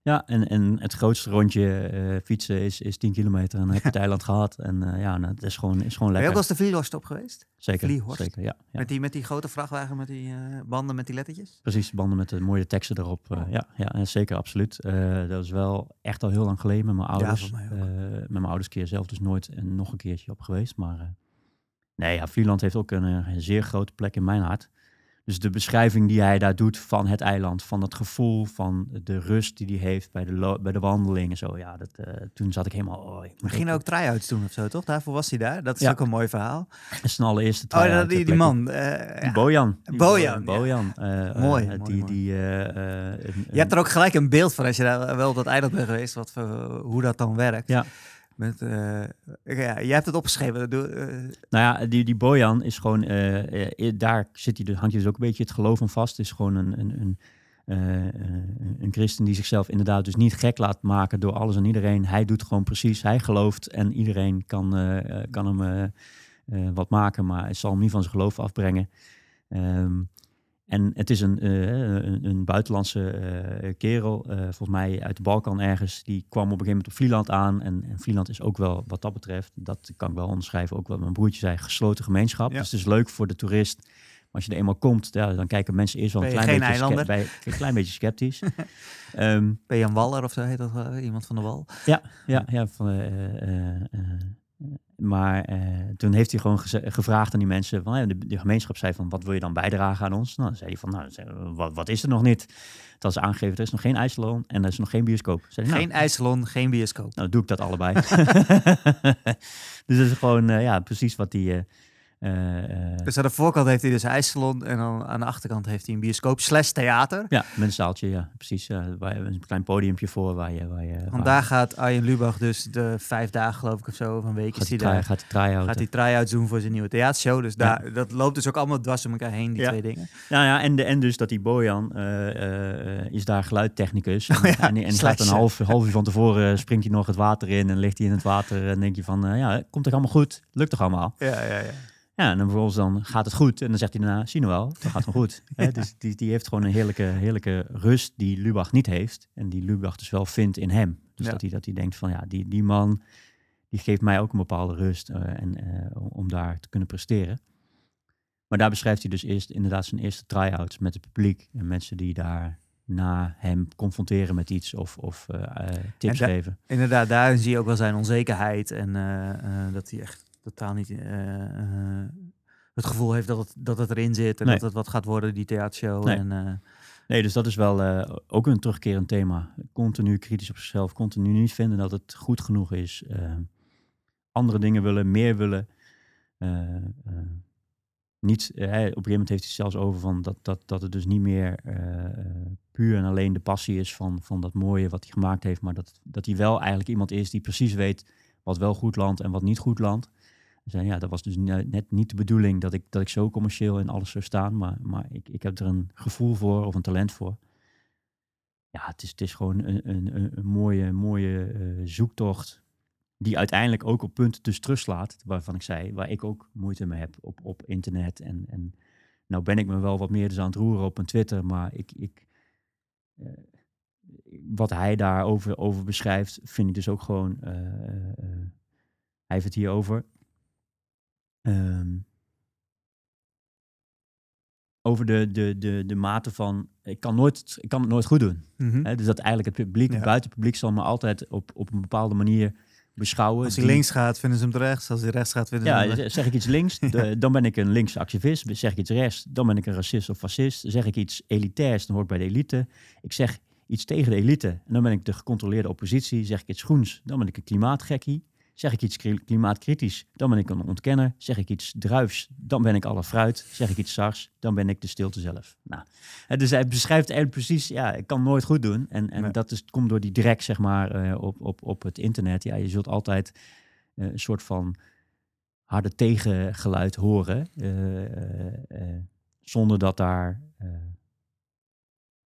Ja, en, en het grootste rondje uh, fietsen is, is tien kilometer. En dan heb je het eiland gehad. En uh, ja, nou, het is gewoon, is gewoon Ben je lekker. ook wel eens de Vliehorst op geweest? Zeker, Vliehorst? zeker, ja. ja. Met, die, met die grote vrachtwagen, met die uh, banden met die lettertjes? Precies, banden met de mooie teksten erop. Uh, oh. ja, ja, zeker, absoluut. Uh, dat is wel echt al heel lang geleden met mijn ouders. Ja, voor mij ook. Uh, met mijn ouders keer zelf dus nooit en nog een keertje op geweest. Maar uh, nee, ja, Vlieland heeft ook een, een zeer grote plek in mijn hart. Dus de beschrijving die hij daar doet van het eiland, van het gevoel, van de rust die hij heeft bij de, lo- bij de wandeling en zo. Ja, dat, uh, toen zat ik helemaal... Oh, ik maar ging ook try-outs doen of zo, toch? Daarvoor was hij daar. Dat is ja. ook een mooi verhaal. Dat is zijn allereerste try-out. Oh, die, die man. Uh, ja. Bojan. Bojan. Bojan. Ja. Uh, mooi, uh, mooi, die, mooi. Die, uh, uh, een, je hebt er ook gelijk een beeld van als je daar wel op dat eiland bent geweest, wat, uh, hoe dat dan werkt. Ja. Met, uh, ja, jij hebt het opgeschreven. Uh, nou ja, die, die Bojan is gewoon... Uh, uh, daar zit hij, hangt hij dus ook een beetje het geloof aan vast. Het is gewoon een, een, een, uh, een christen die zichzelf inderdaad dus niet gek laat maken door alles en iedereen. Hij doet gewoon precies, hij gelooft en iedereen kan, uh, kan hem uh, uh, wat maken, maar hij zal hem niet van zijn geloof afbrengen. Um, En het is een, uh, een, een buitenlandse uh, kerel, uh, volgens mij uit de Balkan ergens. Die kwam op een gegeven moment op Vlieland aan. En, en Vlieland is ook wel, wat dat betreft, dat kan ik wel onderschrijven, ook wat mijn broertje zei, gesloten gemeenschap. Ja. Dus het is leuk voor de toerist. Maar als je er eenmaal komt, ja, dan kijken mensen eerst wel een klein beetje, sce- bij, een klein beetje sceptisch. um, ben Jan Waller of zo heet dat? Uh, iemand van de Wal? Ja, ja, ja. Van, uh, uh, uh, Maar uh, toen heeft hij gewoon geze- gevraagd aan die mensen, van, ja, de, de gemeenschap zei van, wat wil je dan bijdragen aan ons? Nou, dan zei hij van, nou, zei, wat, wat is er nog niet? Dat is aangegeven, er is nog geen ijssalon en er is nog geen bioscoop. Zei hij, geen nou, ijssalon, geen bioscoop. Nou, doe ik dat allebei. Dus dat is gewoon, uh, ja, precies wat die... Uh, uh, dus aan de voorkant heeft hij dus een ijssalon en dan aan de achterkant heeft hij een bioscoop slash theater. Ja, met een zaaltje, ja, precies. Uh, waar je een klein podiumpje voor waar je... Waar je Want waar daar gaat Arjen Lubach dus de vijf dagen, geloof ik, of zo, of een week is hij daar. Gaat hij try-out. Gaat hij try-outs doen voor zijn nieuwe theatershow. Dus daar, ja. dat loopt dus ook allemaal dwars om elkaar heen, die ja. twee dingen. Nou ja, en, de, en dus dat die Bojan uh, uh, is daar geluidtechnicus. En, oh ja, en, en gaat een half, half uur van tevoren, springt hij nog het water in en ligt hij in het water. En denk je van, uh, ja, komt toch allemaal goed? Lukt toch allemaal? Ja, ja, ja. Ja, en dan vervolgens dan gaat het goed. En dan zegt hij daarna, zie je nou wel, dat gaat gewoon goed. Ja. He, dus die, die heeft gewoon een heerlijke, heerlijke rust die Lubach niet heeft. En die Lubach dus wel vindt in hem. Dus ja. dat, hij, dat hij denkt van, ja, die, die man, die geeft mij ook een bepaalde rust. Uh, en, uh, om daar te kunnen presteren. Maar daar beschrijft hij dus eerst inderdaad zijn eerste try-outs met het publiek. En mensen die daar na hem confronteren met iets of, of uh, uh, tips da- geven. Inderdaad, daarin zie je ook wel zijn onzekerheid. En uh, uh, dat hij echt totaal niet uh, uh, het gevoel heeft dat het, dat het erin zit. En nee. dat het wat gaat worden, die theatershow. Nee. En, uh, nee, dus dat is wel uh, ook een terugkerend thema. Continu kritisch op zichzelf. Continu niet vinden dat het goed genoeg is. Uh, andere dingen willen, meer willen. Uh, uh, Niet, uh, op een gegeven moment heeft hij het zelfs over van dat, dat, dat het dus niet meer uh, puur en alleen de passie is van, van dat mooie wat hij gemaakt heeft, maar dat, dat hij wel eigenlijk iemand is die precies weet wat wel goed landt en wat niet goed landt. Dus, uh, ja, dat was dus net niet de bedoeling dat ik, dat ik zo commercieel in alles zou staan, maar, maar ik, ik heb er een gevoel voor of een talent voor. Ja, het is, het is gewoon een, een, een mooie, mooie uh, zoektocht. Die uiteindelijk ook op punten dus terugslaat, waarvan ik zei, waar ik ook moeite mee heb op, op internet. En, en nou ben ik me wel wat meer dus aan het roeren op mijn Twitter, maar ik, ik, uh, wat hij daarover over beschrijft, vind ik dus ook gewoon, uh, uh, hij heeft het hier over. Um, over de, de, de, de mate van, ik kan, nooit, ik kan het nooit goed doen. Mm-hmm. He, dus dat eigenlijk het publiek, ja. het buitenpubliek zal me altijd op, op een bepaalde manier beschouwen. Als hij die... links gaat, vinden ze hem rechts. Als hij rechts gaat, vinden ja, ze hem rechts. Zeg ik iets links, de, dan ben ik een linkse activist. Zeg ik iets rechts, dan ben ik een racist of fascist. Zeg ik iets elitairs, dan hoor ik bij de elite. Ik zeg iets tegen de elite en dan ben ik de gecontroleerde oppositie. Zeg ik iets groens, dan ben ik een klimaatgekkie. Zeg ik iets klimaatkritisch, dan ben ik een ontkenner. Zeg ik iets druifs, dan ben ik alle fruit. Zeg ik iets sars, dan ben ik de stilte zelf. Nou, dus hij beschrijft eigenlijk precies, ja, ik kan nooit goed doen. En, en nee. dat is, komt door die drek, zeg maar, uh, op, op, op het internet. Ja, je zult altijd uh, een soort van harde tegengeluid horen. Uh, uh, uh, zonder dat daar uh,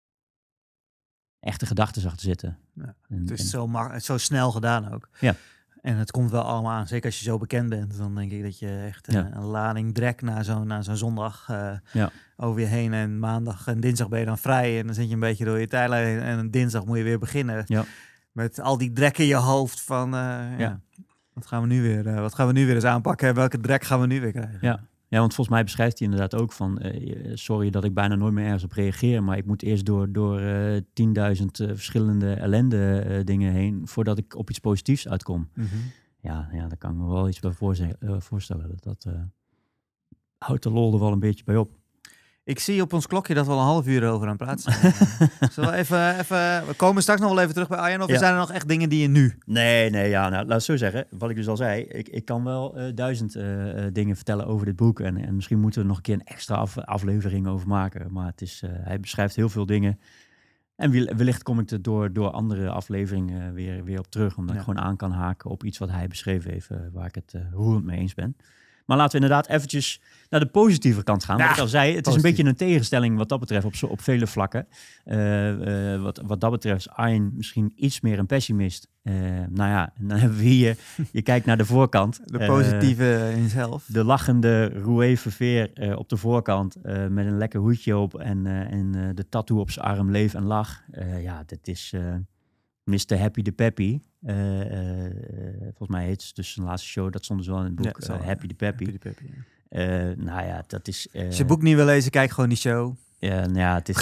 echte gedachten achter zitten. Ja, en, het is en, zo, mar- zo snel gedaan ook. Ja. en het komt wel allemaal aan. Zeker als je zo bekend bent, dan denk ik dat je echt Ja. een, een lading drek na zo'n na zo'n zondag uh, Ja. over je heen. En maandag en dinsdag ben je dan vrij. En dan zit je een beetje door je tijdlijn heen. En dinsdag moet je weer beginnen. Ja. Met al die drek in je hoofd van... Uh, ja. Ja. Wat gaan we nu weer, uh, wat gaan we nu weer eens aanpakken? En welke drek gaan we nu weer krijgen? Ja. Ja, want volgens mij beschrijft hij inderdaad ook van... Uh, sorry dat ik bijna nooit meer ergens op reageer... maar ik moet eerst door, door uh, tienduizend uh, verschillende ellende uh, dingen heen... voordat ik op iets positiefs uitkom. Mm-hmm. Ja, ja, daar kan ik me wel iets bij voorze- uh, voorstellen. Dat, dat uh, houdt de lol er wel een beetje bij op. Ik zie op ons klokje dat we al een half uur over aan het praten zijn. Zullen we even, even... We komen straks nog wel even terug bij Arjen. Of ja. zijn er nog echt dingen die je nu... Nee, nee, ja, nou, laat het zo zeggen. Wat ik dus al zei, ik, ik kan wel uh, duizend uh, dingen vertellen over dit boek. En, en misschien moeten we er nog een keer een extra af, aflevering over maken. Maar het is, uh, hij beschrijft heel veel dingen. En wellicht kom ik er door, door andere afleveringen weer, weer op terug. Omdat ja. ik gewoon aan kan haken op iets wat hij beschreven heeft, uh, waar ik het uh, roerend mee eens ben. Maar laten we inderdaad eventjes naar de positieve kant gaan. Ja, wat ik al zei, het positief. is een beetje een tegenstelling wat dat betreft op, zo, op vele vlakken. Uh, uh, wat, wat dat betreft is Arjen misschien iets meer een pessimist. Uh, nou ja, dan hebben we hier, je kijkt naar de voorkant. De positieve uh, in zelf. De lachende Roué Verveer uh, op de voorkant uh, met een lekker hoedje op en, uh, en uh, de tattoo op zijn arm, leef en lach. Uh, ja, dit is uh, mister Happy de Peppy. Uh, uh, volgens mij heet het dus zijn laatste show, dat stond dus wel in het boek, ja, uh, Happy de Peppy. Happy de Peppy ja. uh, nou ja, dat is... Uh, Als je het boek niet wil lezen, kijk gewoon die show. Ja, nou ja, het is...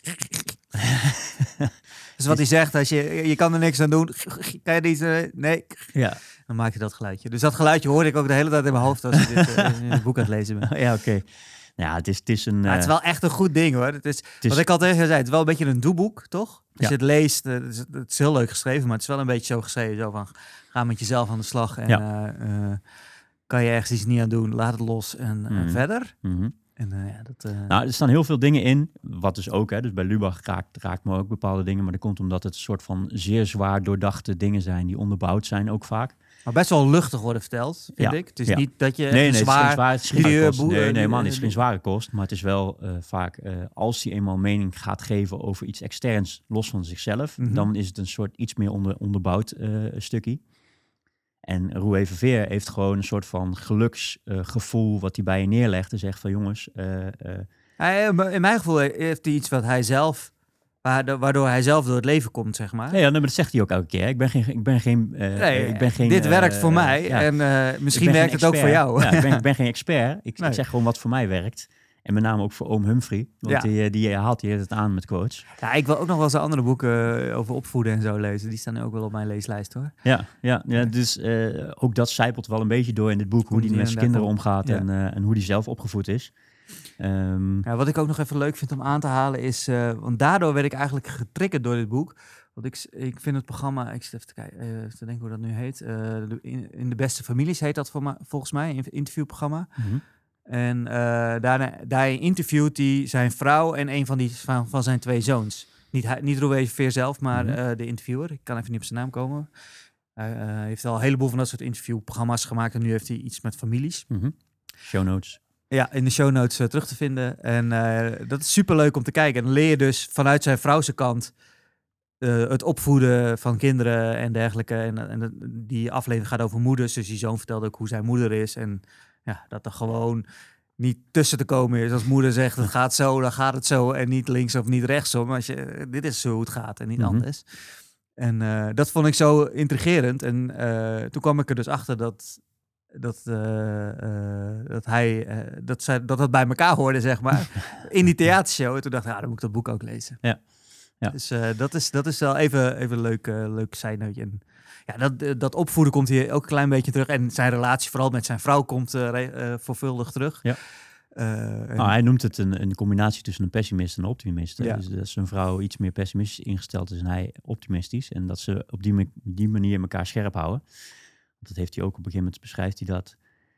Dus wat hij zegt, als je, je kan er niks aan doen, kan je niet... Uh, nee, ja. Dan maak je dat geluidje. Dus dat geluidje hoorde ik ook de hele tijd in mijn hoofd als ik dit uh, in het boek aan het lezen ben. Ja, oké. Okay. Ja, het is, het is een... Uh... Ja, het is wel echt een goed ding, hoor. Het is, het is... Wat ik altijd zei, het is wel een beetje een doeboek, toch? Als ja. je het leest, uh, het, is, het is heel leuk geschreven, maar het is wel een beetje zo geschreven. Zo van, ga met jezelf aan de slag en ja. uh, uh, kan je ergens iets niet aan doen, laat het los en mm. uh, verder. Mm-hmm. En, uh, ja, dat, uh... Nou, er staan heel veel dingen in, wat dus ook, hè, dus bij Lubach raakt, raakt me ook bepaalde dingen, maar dat komt omdat het een soort van zeer zwaar doordachte dingen zijn die onderbouwd zijn ook vaak. Maar best wel luchtig worden verteld, vind ja. ik. Het is ja. niet dat je nee, nee, zwaar... Het is geen zware kost. Nee, nee, man, het is geen zware kost. Maar het is wel uh, vaak, uh, als hij eenmaal mening gaat geven over iets externs, los van zichzelf, mm-hmm. dan is het een soort iets meer onder, onderbouwd uh, stukje. En Roué Verveer heeft gewoon een soort van geluksgevoel uh, wat hij bij je neerlegt en zegt van jongens... Uh, uh, hij, in mijn gevoel heeft hij iets wat hij zelf... Waardoor hij zelf door het leven komt, zeg maar. Ja, ja, maar dat zegt hij ook elke keer. Ik ben geen, ik ben geen, uh, nee, ik ben geen. Dit uh, werkt voor uh, mij ja. en uh, misschien werkt het ook voor jou. Ja, ik, ben, ik ben geen expert. Ik, nee. ik zeg gewoon wat voor mij werkt. En met name ook voor oom Humphrey. Want ja. die, die haalt hier het aan met quotes. Ja, ik wil ook nog wel eens andere boeken over opvoeden en zo lezen. Die staan ook wel op mijn leeslijst, hoor. Ja, ja, ja dus uh, ook dat zijpelt wel een beetje door in dit boek. Hoe die met zijn kinderen omgaat ja. en, uh, en hoe die zelf opgevoed is. Um, ja, wat ik ook nog even leuk vind om aan te halen is... Uh, want daardoor werd ik eigenlijk getriggerd door dit boek. Want ik, ik vind het programma... Ik zit even te, kijken, uh, te denken hoe dat nu heet. Uh, de, in, in de beste families heet dat voor ma, volgens mij. Een interviewprogramma. Mm-hmm. En uh, daarna, daarin interviewt hij zijn vrouw en een van, die, van, van zijn twee zoons. Niet, niet Roué Verveer zelf, maar mm-hmm. uh, de interviewer. Ik kan even niet op zijn naam komen. Hij uh, heeft al een heleboel van dat soort interviewprogramma's gemaakt. En nu heeft hij iets met families. Mm-hmm. Show notes. Ja, in de show notes uh, terug te vinden. En uh, dat is superleuk om te kijken. En dan leer je dus vanuit zijn vrouwse kant uh, het opvoeden van kinderen en dergelijke. En, en die aflevering gaat over moeders. Dus die zoon vertelde ook hoe zijn moeder is. En ja, dat er gewoon niet tussen te komen is. Als moeder zegt, het gaat zo, dan gaat het zo. En niet links of niet rechtsom. Maar als je, dit is zo hoe het gaat en niet mm-hmm. anders. En uh, dat vond ik zo intrigerend. En uh, toen kwam ik er dus achter dat... Dat, uh, uh, dat hij uh, dat, zij, dat dat bij elkaar hoorde, zeg maar, in die theatershow. En toen dacht ik, ja, dan moet ik dat boek ook lezen. Ja. Ja. Dus uh, dat, is, dat is wel even, even een leuk, uh, leuk zijnootje. En ja, dat, uh, dat opvoeden komt hier ook een klein beetje terug. En zijn relatie, vooral met zijn vrouw, komt uh, uh, voorvuldig terug. Ja. Uh, en... nou, hij noemt het een, een combinatie tussen een pessimist en een optimist. Ja. Dus dat zijn vrouw iets meer pessimistisch ingesteld is en hij optimistisch. En dat ze op die, die manier elkaar scherp houden. Dat heeft hij ook op een gegeven moment, beschrijft hij dat.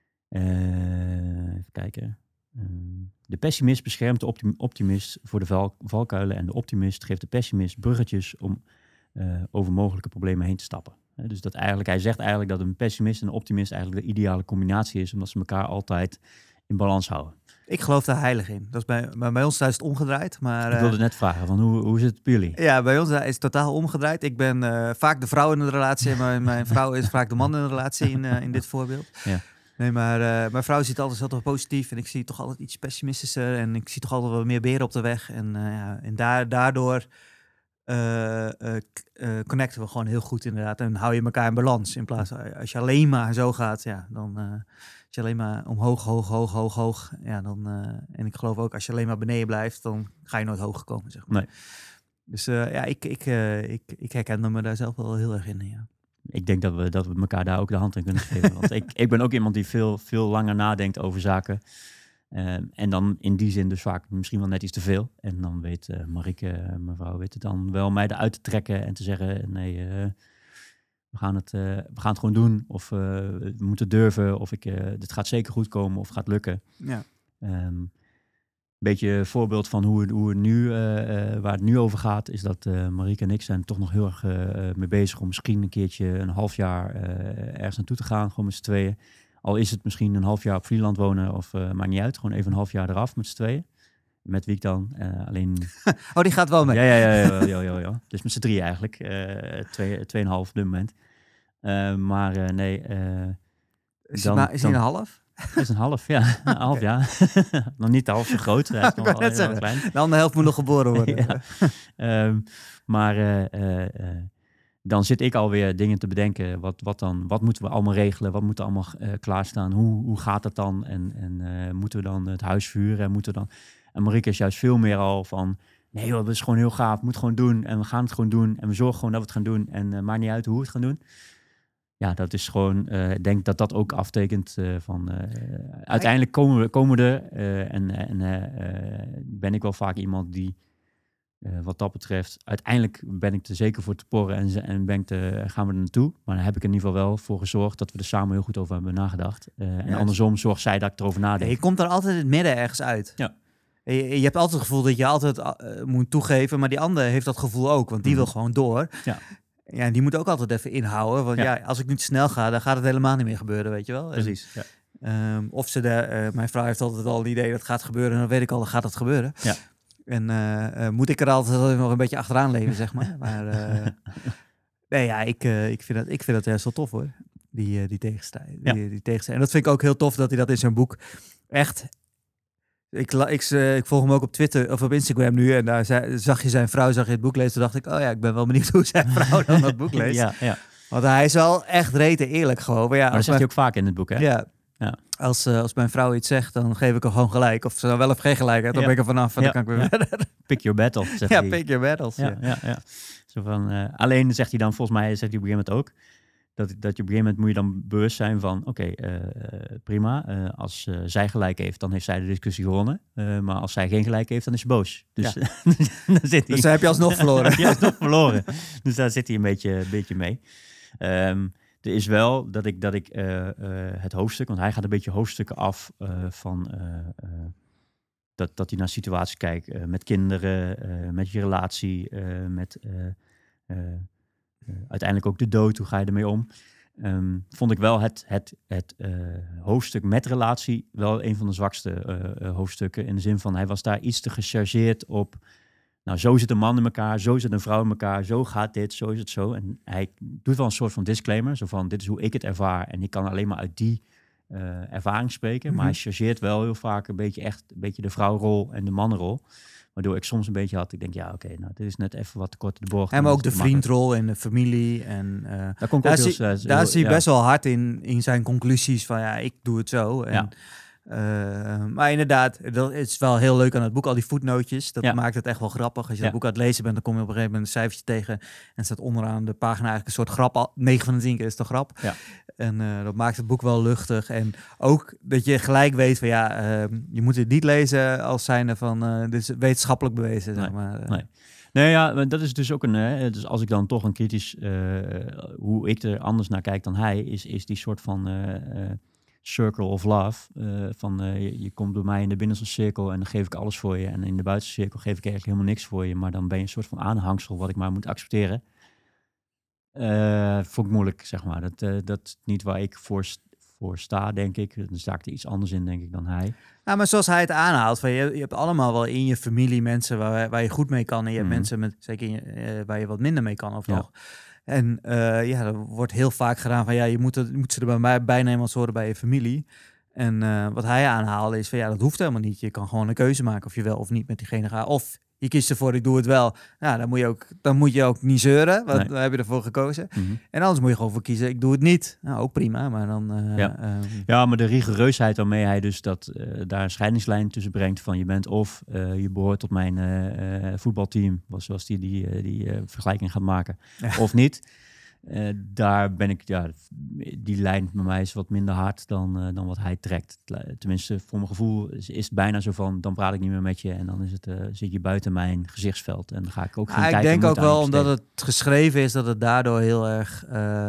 Uh, even kijken. Uh, de pessimist beschermt de optim- optimist voor de val- valkuilen en de optimist geeft de pessimist bruggetjes om uh, over mogelijke problemen heen te stappen. Uh, dus dat eigenlijk, hij zegt eigenlijk dat een pessimist en een optimist eigenlijk de ideale combinatie is, omdat ze elkaar altijd in balans houden. Ik geloof daar heilig in. Dat is bij, bij, bij ons thuis is het omgedraaid. Maar, Ik wilde uh, net vragen, van hoe, hoe zit het bij jullie? Ja, bij ons is het totaal omgedraaid. Ik ben uh, vaak de vrouw in de relatie en mijn, mijn vrouw is vaak de man in de relatie in, uh, in dit voorbeeld. Ja. Nee, maar uh, mijn vrouw ziet altijd altijd positief en ik zie toch altijd iets pessimistischer en ik zie toch altijd wat meer beren op de weg. En, uh, ja, en daar, daardoor uh, uh, uh, connecten we gewoon heel goed inderdaad en hou je elkaar in balans. In plaats van als je alleen maar zo gaat, ja, dan... Uh, Als je alleen maar omhoog, hoog, hoog, hoog, hoog. Ja, dan, uh, en ik geloof ook, als je alleen maar beneden blijft, dan ga je nooit hoog komen, zeg maar. Nee. Dus uh, ja, ik, ik, uh, ik, ik herken me daar zelf wel heel erg in, ja. Ik denk dat we, dat we elkaar daar ook de hand in kunnen geven. Want ik, ik ben ook iemand die veel, veel langer nadenkt over zaken. Uh, en dan in die zin dus vaak misschien wel net iets te veel. En dan weet uh, Marieke, mevrouw, weet het dan wel mij eruit te trekken en te zeggen, nee... Uh, We gaan, het, uh, we gaan het gewoon doen, of uh, we moeten durven, of ik, uh, dit gaat zeker goed komen, of gaat lukken. Ja. Um, een beetje een voorbeeld van hoe, hoe het nu, uh, uh, waar het nu over gaat, is dat uh, Marieke en ik zijn toch nog heel erg uh, mee bezig om misschien een keertje een half jaar uh, ergens naartoe te gaan, gewoon met z'n tweeën. Al is het misschien een half jaar op Vlieland wonen, of uh, maakt niet uit, gewoon even een half jaar eraf met z'n tweeën. Met wie ik dan uh, alleen... Oh, die gaat wel mee? Ja, ja, ja. ja, ja, ja, ja. Dus met z'n drie eigenlijk. Uh, twee, tweeënhalf op dit moment. Uh, maar uh, nee... Uh, is dan, hij, is hij een half? Is een half, ja. Een half, ja. Nog niet half zo groot. Hij is nog wel heel klein. De andere helft moet nog geboren worden. ja. um, maar uh, uh, uh, dan zit ik alweer dingen te bedenken. Wat, wat, dan, wat moeten we allemaal regelen? Wat moet er allemaal uh, klaarstaan? Hoe, hoe gaat het dan? En, en uh, moeten we dan het huis vuren? En moeten we dan... En Marieke is juist veel meer al van... Nee joh, dat is gewoon heel gaaf. We moeten gewoon doen. En we gaan het gewoon doen. En we zorgen gewoon dat we het gaan doen. En uh, maakt niet uit hoe we het gaan doen. Ja, dat is gewoon... Uh, ik denk dat dat ook aftekent uh, van... Uh, uiteindelijk komen we, komen we er. Uh, en en uh, uh, ben ik wel vaak iemand die... Uh, wat dat betreft... Uiteindelijk ben ik er zeker voor te porren. En, en ben ik te, gaan we er naartoe. Maar dan heb ik er in ieder geval wel voor gezorgd... dat we er samen heel goed over hebben nagedacht. Uh, en ja, andersom zorgt zij dat ik erover nadenk. Je komt er altijd in het midden ergens uit. Ja. Je, je hebt altijd het gevoel dat je altijd uh, moet toegeven, maar die ander heeft dat gevoel ook, want die mm. wil gewoon door. Ja. Ja, en die moet ook altijd even inhouden, want ja. ja, als ik niet snel ga, dan gaat het helemaal niet meer gebeuren, weet je wel. Precies, ja. Um, of ze de, uh, mijn vrouw heeft altijd al een idee dat het gaat gebeuren, en dan weet ik al, dan gaat het gebeuren. Ja. En uh, uh, moet ik er altijd nog een beetje achteraan leven, zeg maar. Maar uh, nee, ja, ik, uh, ik, vind dat, ik vind dat juist wel tof, hoor. Die, uh, die tegenstrijd. Die, ja. die tegenstrijd. En dat vind ik ook heel tof dat hij dat in zijn boek echt... Ik, ik, uh, ik volg hem ook op Twitter of op Instagram nu. En daar zei, zag je zijn vrouw, zag je het boek lezen. Toen dacht ik, oh ja, ik ben wel benieuwd hoe zijn vrouw dan dat boek leest. ja, ja. Want hij is wel echt rete eerlijk gewoon. Maar, ja, maar dat zegt mijn, hij ook vaak in het boek, hè? Ja. ja. Als, uh, als mijn vrouw iets zegt, dan geef ik er gewoon gelijk. Of ze dan wel of geen gelijk. Hè, dan ja. ben ik er vanaf en ja. dan kan ik weer ja. verder. Pick your battle, zegt ja, hij. pick your battles. Ja, ja. ja, ja. Zo van, uh, alleen zegt hij dan, volgens mij zegt hij op een gegeven moment ook... Dat, dat je op een gegeven moment moet je dan bewust zijn van... Oké, okay, uh, prima. Uh, als uh, zij gelijk heeft, dan heeft zij de discussie gewonnen. Uh, maar als zij geen gelijk heeft, dan is ze boos. Dus, ja. dan zit hij, dus dan heb je alsnog verloren. heb je alsnog verloren. Dus daar zit hij een beetje, een beetje mee. Um, er is wel dat ik, dat ik uh, uh, het hoofdstuk... Want hij gaat een beetje hoofdstukken af uh, van... Uh, uh, dat, dat hij naar situaties kijkt uh, met kinderen, uh, met je relatie, uh, met... Uh, uh, Uh, uiteindelijk ook de dood, hoe ga je ermee om? Um, vond ik wel het, het, het uh, hoofdstuk met relatie wel een van de zwakste uh, uh, hoofdstukken. In de zin van, hij was daar iets te gechargeerd op... Nou, zo zit een man in elkaar, zo zit een vrouw in elkaar, zo gaat dit, zo is het zo. En hij doet wel een soort van disclaimer, zo van, dit is hoe ik het ervaar. En ik kan alleen maar uit die uh, ervaring spreken. Mm-hmm. Maar hij chargeert wel heel vaak een beetje echt een beetje de vrouwrol en de mannenrol. Waardoor ik soms een beetje had, ik denk, ja, oké, okay, nou, dit is net even wat te kort de bocht. En maar ook de vriendrol en de familie. En, uh, daar kom ik daar ook heel, zie, heel, daar zie je ja. best wel hard in, in zijn conclusies van, ja, ik doe het zo. En, ja. Uh, maar inderdaad, dat is wel heel leuk aan het boek, al die voetnootjes. Dat ja. maakt het echt wel grappig. Als je dat ja. boek aan het lezen bent, dan kom je op een gegeven moment een cijfertje tegen. En staat onderaan de pagina eigenlijk een soort grap. negen van de tien keer is de grap. Ja. En uh, dat maakt het boek wel luchtig. En ook dat je gelijk weet van, ja, uh, je moet het niet lezen als zijnde van, uh, dit is wetenschappelijk bewezen, zeg nee. maar. Uh. Nee. Nee, ja, dat is dus ook een... Hè, dus als ik dan toch een kritisch... Uh, hoe ik er anders naar kijk dan hij... is, is die soort van... Uh, uh, circle of love. Uh, van uh, je, je komt bij mij in de binnenste cirkel en dan geef ik alles voor je. En in de buitenste cirkel geef ik eigenlijk helemaal niks voor je. Maar dan ben je een soort van aanhangsel wat ik maar moet accepteren. Uh, vond ik moeilijk, zeg maar. Dat, uh, dat is niet waar ik voor, voor sta, denk ik. Dan sta ik er iets anders in, denk ik, dan hij. Nou, maar zoals hij het aanhaalt, van je, je hebt allemaal wel in je familie mensen waar, waar je goed mee kan. En je hebt Mhm. mensen met, zeker in je, eh, waar je wat minder mee kan. Of Ja. nog. En eh, ja, er wordt heel vaak gedaan van ja, je moet, het, je moet ze er bij mij bijnemen als ze horen bij je familie. En eh, wat hij aanhaalde is van ja, dat hoeft helemaal niet. Je kan gewoon een keuze maken of je wel of niet met diegene gaat. Of je kiest ervoor, ik doe het wel. Nou, dan moet je ook, dan moet je ook niet zeuren, want Nee. dan heb je ervoor gekozen. Mhm. En anders moet je gewoon voor kiezen, ik doe het niet. Nou, ook prima, maar dan... eh, Ja. ehm, Ja, maar de rigoureusheid waarmee hij dus dat, uh, daar een scheidingslijn tussen brengt van je bent of uh, je behoort tot mijn uh, uh, voetbalteam, zoals die die, uh, die uh, vergelijking gaat maken, Ja. of niet. Uh, daar ben ik, ja, die lijn bij mij is wat minder hard dan, uh, dan wat hij trekt. Tenminste, voor mijn gevoel is, is het bijna zo van, dan praat ik niet meer met je en dan is het, uh, zit je buiten mijn gezichtsveld. En dan ga ik ook geen ah, tijd ik denk ook wel, besteden. omdat het geschreven is, dat het daardoor heel erg uh,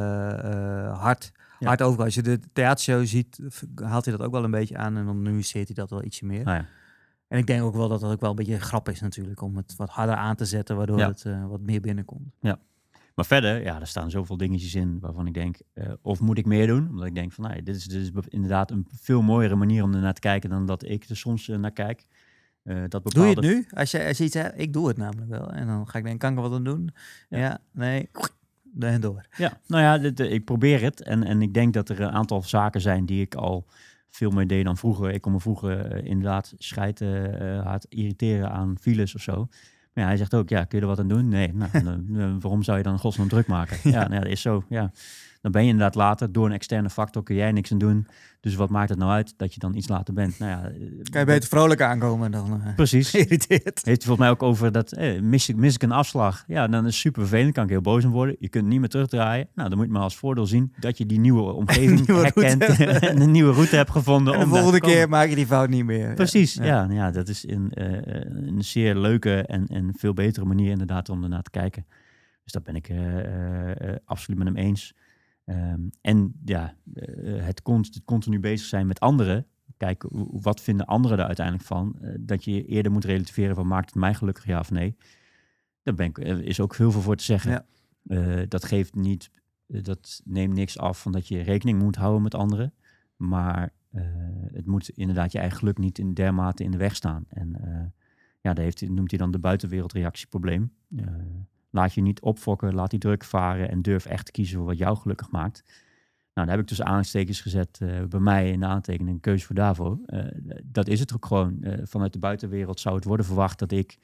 uh, hard, ja. hard overkomt. Als je de theatershow ziet, haalt hij dat ook wel een beetje aan en dan nuanceert hij dat wel ietsje meer. Ah, ja. En ik denk ook wel dat dat ook wel een beetje een grap is natuurlijk, om het wat harder aan te zetten, waardoor ja. het uh, wat meer binnenkomt. Ja. Maar verder, ja, er staan zoveel dingetjes in waarvan ik denk, uh, of moet ik meer doen? Omdat ik denk van, nou, dit is, dit is inderdaad een veel mooiere manier om er naar te kijken dan dat ik er soms uh, naar kijk. Uh, dat bepaalde... Doe je het nu? Als je, als je iets hebt, ik doe het namelijk wel. En dan ga ik denken, kan ik er wat aan doen? Ja, ja nee, en door. Ja, nou ja, dit, uh, ik probeer het. En, en ik denk dat er een aantal zaken zijn die ik al veel meer deed dan vroeger. Ik kon me vroeger uh, inderdaad scheiden, uh, hard irriteren aan files of zo. Maar ja, hij zegt ook, ja, kun je er wat aan doen? Nee, nou, dan, uh, waarom zou je dan in godsnaam druk maken? Ja, nou ja, dat is zo, ja. Dan ben je inderdaad later, door een externe factor kun jij niks aan doen. Dus wat maakt het nou uit dat je dan iets later bent? Nou ja, kan je beter vrolijk aankomen dan uh, precies. geïrriteerd. Heeft hij volgens mij ook over dat, eh, mis, ik, mis ik een afslag? Ja, dan is het super vervelend, kan ik heel boos om worden. Je kunt het niet meer terugdraaien. Nou, dan moet je maar als voordeel zien dat je die nieuwe omgeving nieuwe herkent en een nieuwe route hebt gevonden. En de om volgende keer maak je die fout niet meer. Precies, ja. ja. ja, nou ja dat is een, uh, een zeer leuke en, en veel betere manier inderdaad om ernaar te kijken. Dus dat ben ik uh, uh, uh, absoluut met hem eens. Um, en ja, uh, het, cont- het continu bezig zijn met anderen. Kijken, wat vinden anderen er uiteindelijk van? Uh, dat je eerder moet relativeren van, maakt het mij gelukkig, ja of nee? Daar ben ik, uh, is ook heel veel voor te zeggen. Ja. Uh, dat geeft niet, uh, dat neemt niks af van dat je rekening moet houden met anderen. Maar uh, het moet inderdaad je eigen geluk niet in dermate in de weg staan. En uh, ja, daar heeft, noemt hij dan de buitenwereldreactieprobleem. Uh, Laat je niet opfokken, laat die druk varen en durf echt te kiezen voor wat jou gelukkig maakt. Nou, daar heb ik dus aanstekens gezet uh, bij mij in de aantekening, een keuze voor Davo. Uh, dat is het ook gewoon. Uh, vanuit de buitenwereld zou het worden verwacht dat ik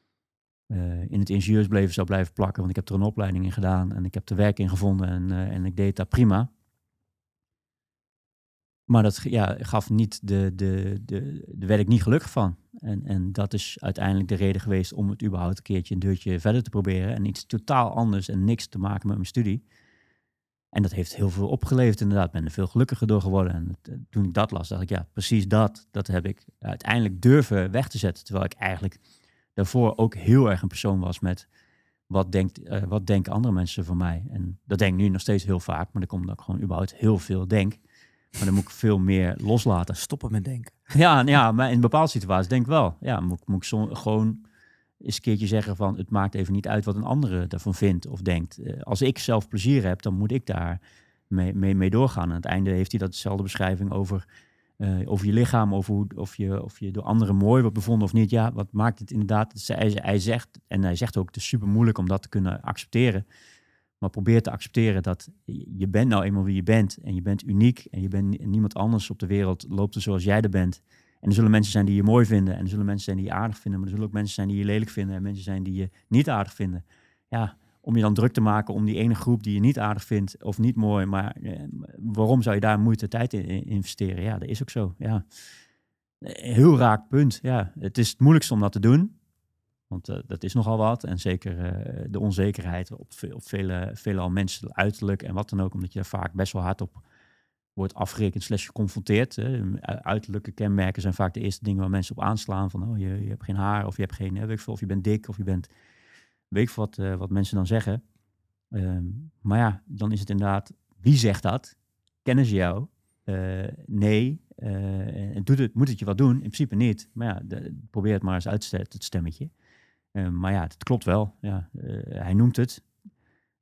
uh, in het ingenieursbeleven zou blijven plakken. Want ik heb er een opleiding in gedaan en ik heb er werk in gevonden en, uh, en ik deed dat prima. Maar dat ja, gaf niet de, de, de, de werd ik niet gelukkig van. En, en dat is uiteindelijk de reden geweest om het überhaupt een keertje een deurtje verder te proberen. En iets totaal anders en niks te maken met mijn studie. En dat heeft heel veel opgeleverd inderdaad. Ik ben er veel gelukkiger door geworden. En uh, toen ik dat las, dacht ik, ja, precies dat. Dat heb ik uiteindelijk durven weg te zetten. Terwijl ik eigenlijk daarvoor ook heel erg een persoon was met wat, denkt, uh, wat denken andere mensen van mij. En dat denk ik nu nog steeds heel vaak. Maar dat komt dat ik gewoon überhaupt heel veel denk. Maar dan moet ik veel meer loslaten. Stoppen met denken. Ja, ja, maar in bepaalde situaties denk ik wel. Ja, moet, moet ik zo, gewoon eens een keertje zeggen van, het maakt even niet uit wat een andere daarvan vindt of denkt. Uh, als ik zelf plezier heb, dan moet ik daar mee, mee, mee doorgaan. Aan het einde heeft hij datzelfde beschrijving over, uh, over je lichaam, over hoe, of, je, of je door anderen mooi wordt bevonden of niet. Ja, wat maakt het inderdaad? Hij, hij zegt, en hij zegt ook, het is super moeilijk om dat te kunnen accepteren. Maar probeer te accepteren dat je bent nou eenmaal wie je bent. En je bent uniek. En je bent niemand anders op de wereld loopt er zoals jij er bent. En er zullen mensen zijn die je mooi vinden. En er zullen mensen zijn die je aardig vinden. Maar er zullen ook mensen zijn die je lelijk vinden. En mensen zijn die je niet aardig vinden. Ja, om je dan druk te maken om die ene groep die je niet aardig vindt. Of niet mooi. Maar eh, waarom zou je daar moeite tijd in investeren? Ja, dat is ook zo. Ja. Heel raak punt. Ja, het is het moeilijkste om dat te doen. Want uh, dat is nogal wat. En zeker uh, de onzekerheid op, ve- op vele, vele al mensen uiterlijk en wat dan ook. Omdat je daar vaak best wel hard op wordt afgerekend slash geconfronteerd. Hè. Uiterlijke kenmerken zijn vaak de eerste dingen waar mensen op aanslaan. Van oh, je, je hebt geen haar of je hebt geen, weet ik veel, of je bent dik of je bent, weet ik wat, uh, wat mensen dan zeggen. Um, maar ja, dan is het inderdaad, wie zegt dat? Kennen ze jou? Uh, nee. Uh, doet het, moet het je wat doen? In principe niet. Maar ja, de, probeer het maar eens uit te zetten, het stemmetje. Uh, maar ja, het klopt wel. Ja, uh, hij noemt het.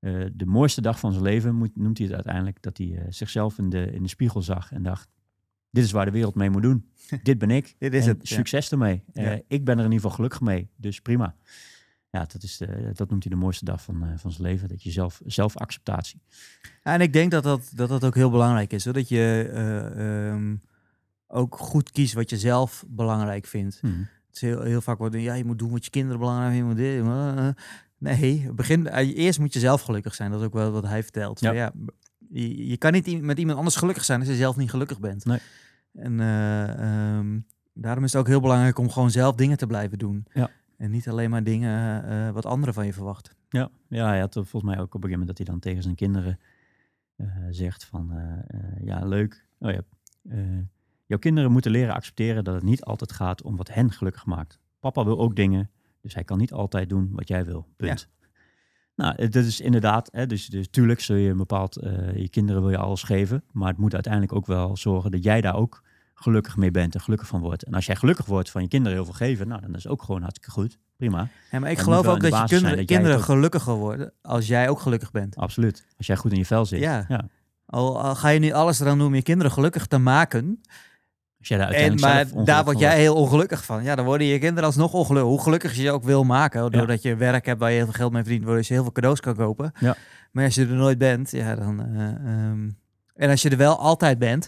uh, de mooiste dag van zijn leven, moet, noemt hij het uiteindelijk, dat hij uh, zichzelf in de, in de spiegel zag en dacht, dit is waar de wereld mee moet doen. Dit ben ik. Dit is en het. Succes ja. ermee. Uh, Ja. Ik ben er in ieder geval gelukkig mee, dus prima. Ja, dat, is de, dat noemt hij de mooiste dag van, uh, van zijn leven. Dat je zelf, zelfacceptatie. Ja, en ik denk dat dat, dat dat ook heel belangrijk is. Hoor. Dat je uh, um, ook goed kiest wat je zelf belangrijk vindt. Hmm. Het is heel, heel vaak worden, ja, je moet doen wat je kinderen belangrijk vinden. Je moet dit, uh, nee, begin, uh, eerst moet je zelf gelukkig zijn. Dat is ook wel wat hij vertelt. Ja. Maar ja, je, je kan niet met iemand anders gelukkig zijn als je zelf niet gelukkig bent. Nee. En uh, um, daarom is het ook heel belangrijk om gewoon zelf dingen te blijven doen. Ja. En niet alleen maar dingen uh, wat anderen van je verwachten. Ja, ja, hij had volgens mij ook op een gegeven moment dat hij dan tegen zijn kinderen uh, zegt van, uh, uh, ja, leuk. Oh ja, uh, jouw kinderen moeten leren accepteren dat het niet altijd gaat om wat hen gelukkig maakt. Papa wil ook dingen, dus hij kan niet altijd doen wat jij wil. Punt. Ja. Nou, dat is inderdaad, hè, dus, dus tuurlijk zul je een bepaald, uh, je kinderen wil je alles geven, maar het moet uiteindelijk ook wel zorgen dat jij daar ook gelukkig mee bent en gelukkig van wordt. En als jij gelukkig wordt van je kinderen heel veel geven, nou, dan is het ook gewoon hartstikke goed. Prima. Ja, maar ik maar geloof ook dat je kinderen, dat kinderen ook... gelukkiger worden als jij ook gelukkig bent. Absoluut. Als jij goed in je vel zit. Ja. ja. Al, al ga je nu alles eraan doen om je kinderen gelukkig te maken. Als jij daar uiteindelijk en, maar zelf daar word jij wordt. heel ongelukkig van. Ja, dan worden je kinderen alsnog ongelukkig. Hoe gelukkig je je ook wil maken. Doordat ja. je werk hebt waar je heel veel geld mee verdient. Waardoor je heel veel cadeaus kan kopen. Ja. Maar als je er nooit bent. Ja, dan, uh, um, en als je er wel altijd bent.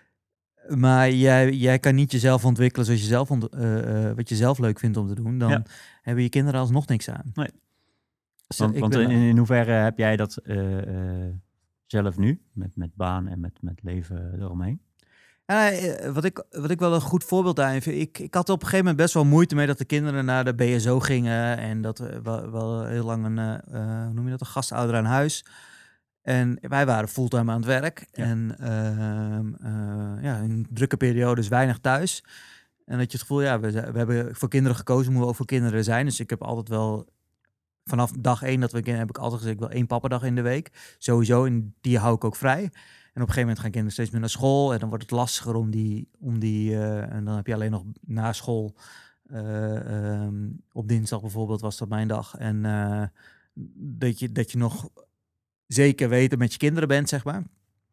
Maar jij, jij kan niet jezelf ontwikkelen zoals je zelf ont, uh, uh, wat je zelf leuk vindt om te doen. Dan ja. hebben je kinderen alsnog niks aan. Nee. Dus want want in, in hoeverre heb jij dat uh, uh, zelf nu? Met, met baan en met, met leven eromheen? Ja, wat, ik, wat ik wel een goed voorbeeld aan vind. Ik, ik had op een gegeven moment best wel moeite mee dat de kinderen naar de B S O gingen. En dat we wel, wel heel lang een, uh, hoe noem je dat, een gastouder aan huis. En wij waren fulltime aan het werk. Ja. En uh, uh, ja, in drukke periodes weinig thuis. En dat je het gevoel, ja, we, we hebben voor kinderen gekozen, moeten we ook voor kinderen zijn. Dus ik heb altijd wel, vanaf dag één dat we kinderen, heb ik altijd gezegd, ik wil één pappadag in de week. Sowieso, en die hou ik ook vrij. En op een gegeven moment gaan kinderen steeds meer naar school. En dan wordt het lastiger om die, om die uh, en dan heb je alleen nog na school. Uh, um, op dinsdag bijvoorbeeld was dat mijn dag. En uh, dat, je, dat je nog zeker weten met je kinderen bent, zeg maar.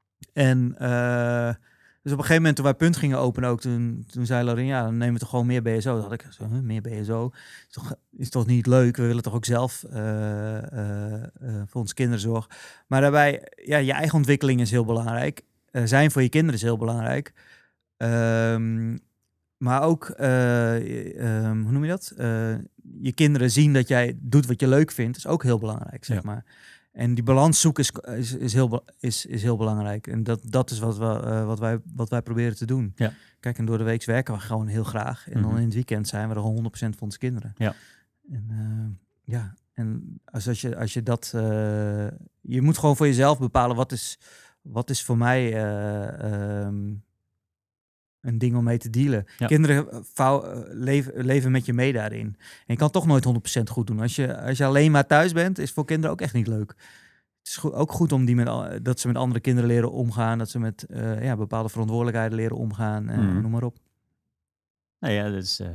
En uh, dus op een gegeven moment toen wij Punt gingen openen ook, toen, toen zei Lauren, ja, dan nemen we toch gewoon meer B S O. Dan had ik zo, huh, meer B S O? Is toch, is toch niet leuk? We willen toch ook zelf uh, uh, uh, voor onze kinderen zorgen. Maar daarbij, ja, je eigen ontwikkeling is heel belangrijk. Uh, zijn voor je kinderen is heel belangrijk. Um, maar ook, uh, um, hoe noem je dat? Uh, je kinderen zien dat jij doet wat je leuk vindt, is ook heel belangrijk, zeg ja. maar. En die balans zoeken is, is, is, heel, is, is heel belangrijk. En dat, dat is wat, we, uh, wat, wij, wat wij proberen te doen. Ja. Kijk, en door de week werken we gewoon heel graag. En mm-hmm. dan in het weekend zijn we er honderd procent voor onze kinderen. Ja. En, uh, ja. en als, als, je, als je dat... Uh, je moet gewoon voor jezelf bepalen, wat is, wat is voor mij uh, um, een ding om mee te dealen. Ja. Kinderen vouw, leven, leven met je mee daarin. En je kan toch nooit honderd procent goed doen. Als je, als je alleen maar thuis bent, is voor kinderen ook echt niet leuk. Het is go- ook goed om die met, dat ze met andere kinderen leren omgaan. Dat ze met uh, ja, bepaalde verantwoordelijkheden leren omgaan. En mm. noem maar op. Nou ja, dat is uh,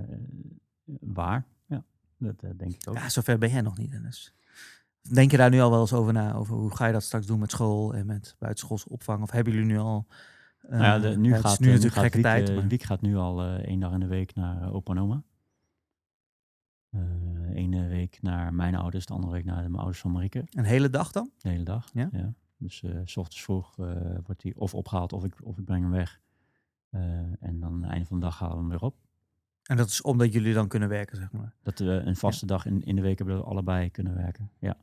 waar. Ja, dat uh, denk ik ook. Ja, zover ben jij nog niet, Dennis. Denk je daar nu al wel eens over na? Over hoe ga je dat straks doen met school en met buitenschoolse opvang? Of hebben jullie nu al... Uh, nou ja, de, nu ja, gaat nu uh, natuurlijk gaat gekke Wiek, tijd. Uh, maar... Wiek gaat nu al uh, één dag in de week naar uh, opa en oma. Uh, ene week naar mijn ouders, de andere week naar de, mijn ouders van Marieke. Een hele dag dan? De hele dag, ja. ja. Dus uh, 's ochtends vroeg uh, wordt hij of opgehaald of ik, of ik breng hem weg. Uh, en dan aan het einde van de dag halen we hem weer op. En dat is omdat jullie dan kunnen werken, zeg maar? Dat we een vaste ja. dag in, in de week hebben we allebei kunnen werken, ja.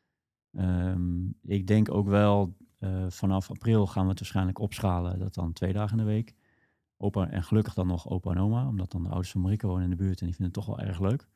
Um, ik denk ook wel... Uh, vanaf april gaan we het waarschijnlijk opschalen. Dat dan twee dagen in de week. Opa, en gelukkig dan nog opa en oma. Omdat dan de ouders van Marieke wonen in de buurt. En die vinden het toch wel erg leuk.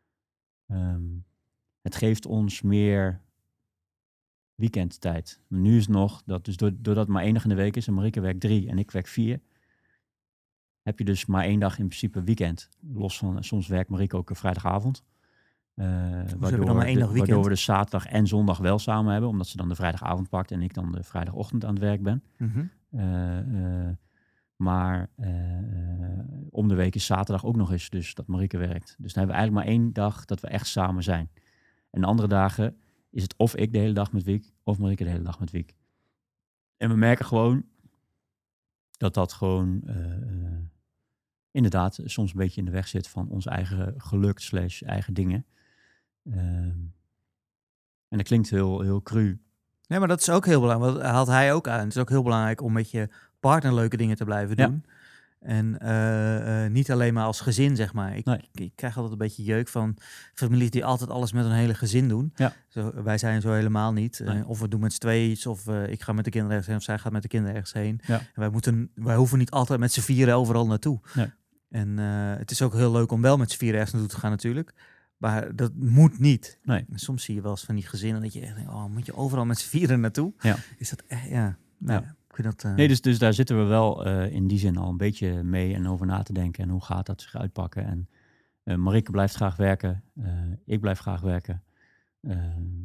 Um, het geeft ons meer weekendtijd. Nu is het nog, dat dus doordat het maar één dag in de week is. En Marieke werkt drie en ik werk vier. Heb je dus maar één dag in principe weekend. Los van, soms werkt Marieke ook een vrijdagavond. Uh, waardoor, dan maar één dag de, waardoor we de zaterdag en zondag wel samen hebben. Omdat ze dan de vrijdagavond pakt en ik dan de vrijdagochtend aan het werk ben. Mm-hmm. Uh, uh, maar uh, uh, om de week is zaterdag ook nog eens dus dat Marieke werkt. Dus dan hebben we eigenlijk maar één dag dat we echt samen zijn. En de andere dagen is het of ik de hele dag met Wiek, of Marieke de hele dag met Wiek. En we merken gewoon dat dat gewoon uh, uh, inderdaad soms een beetje in de weg zit van ons eigen geluk slash eigen dingen. Uh, en dat klinkt heel, heel cru. Nee, maar dat is ook heel belangrijk. Dat haalt hij ook aan. Het is ook heel belangrijk om met je partner leuke dingen te blijven doen. Ja. En uh, uh, niet alleen maar als gezin, zeg maar. Ik, nee. ik, ik krijg altijd een beetje jeuk van families die altijd alles met hun hele gezin doen. Ja. Zo, wij zijn zo helemaal niet. Nee. Uh, of we doen met z'n tweeën iets, of uh, ik ga met de kinderen ergens heen, of zij gaat met de kinderen ergens heen. Ja. En wij, moeten, wij hoeven niet altijd met z'n vieren overal naartoe. Nee. En uh, het is ook heel leuk om wel met z'n vieren ergens naartoe te gaan natuurlijk. Maar dat moet niet. Nee. Soms zie je wel eens van die gezinnen dat je echt denkt, oh, moet je overal met z'n vieren naartoe? Ja. Is dat echt, ja. Nou, ja. Ik vind dat, uh... Nee, dus, dus daar zitten we wel uh, in die zin al een beetje mee en over na te denken. En hoe gaat dat zich uitpakken? En uh, Marieke blijft graag werken. Uh, ik blijf graag werken. Uh,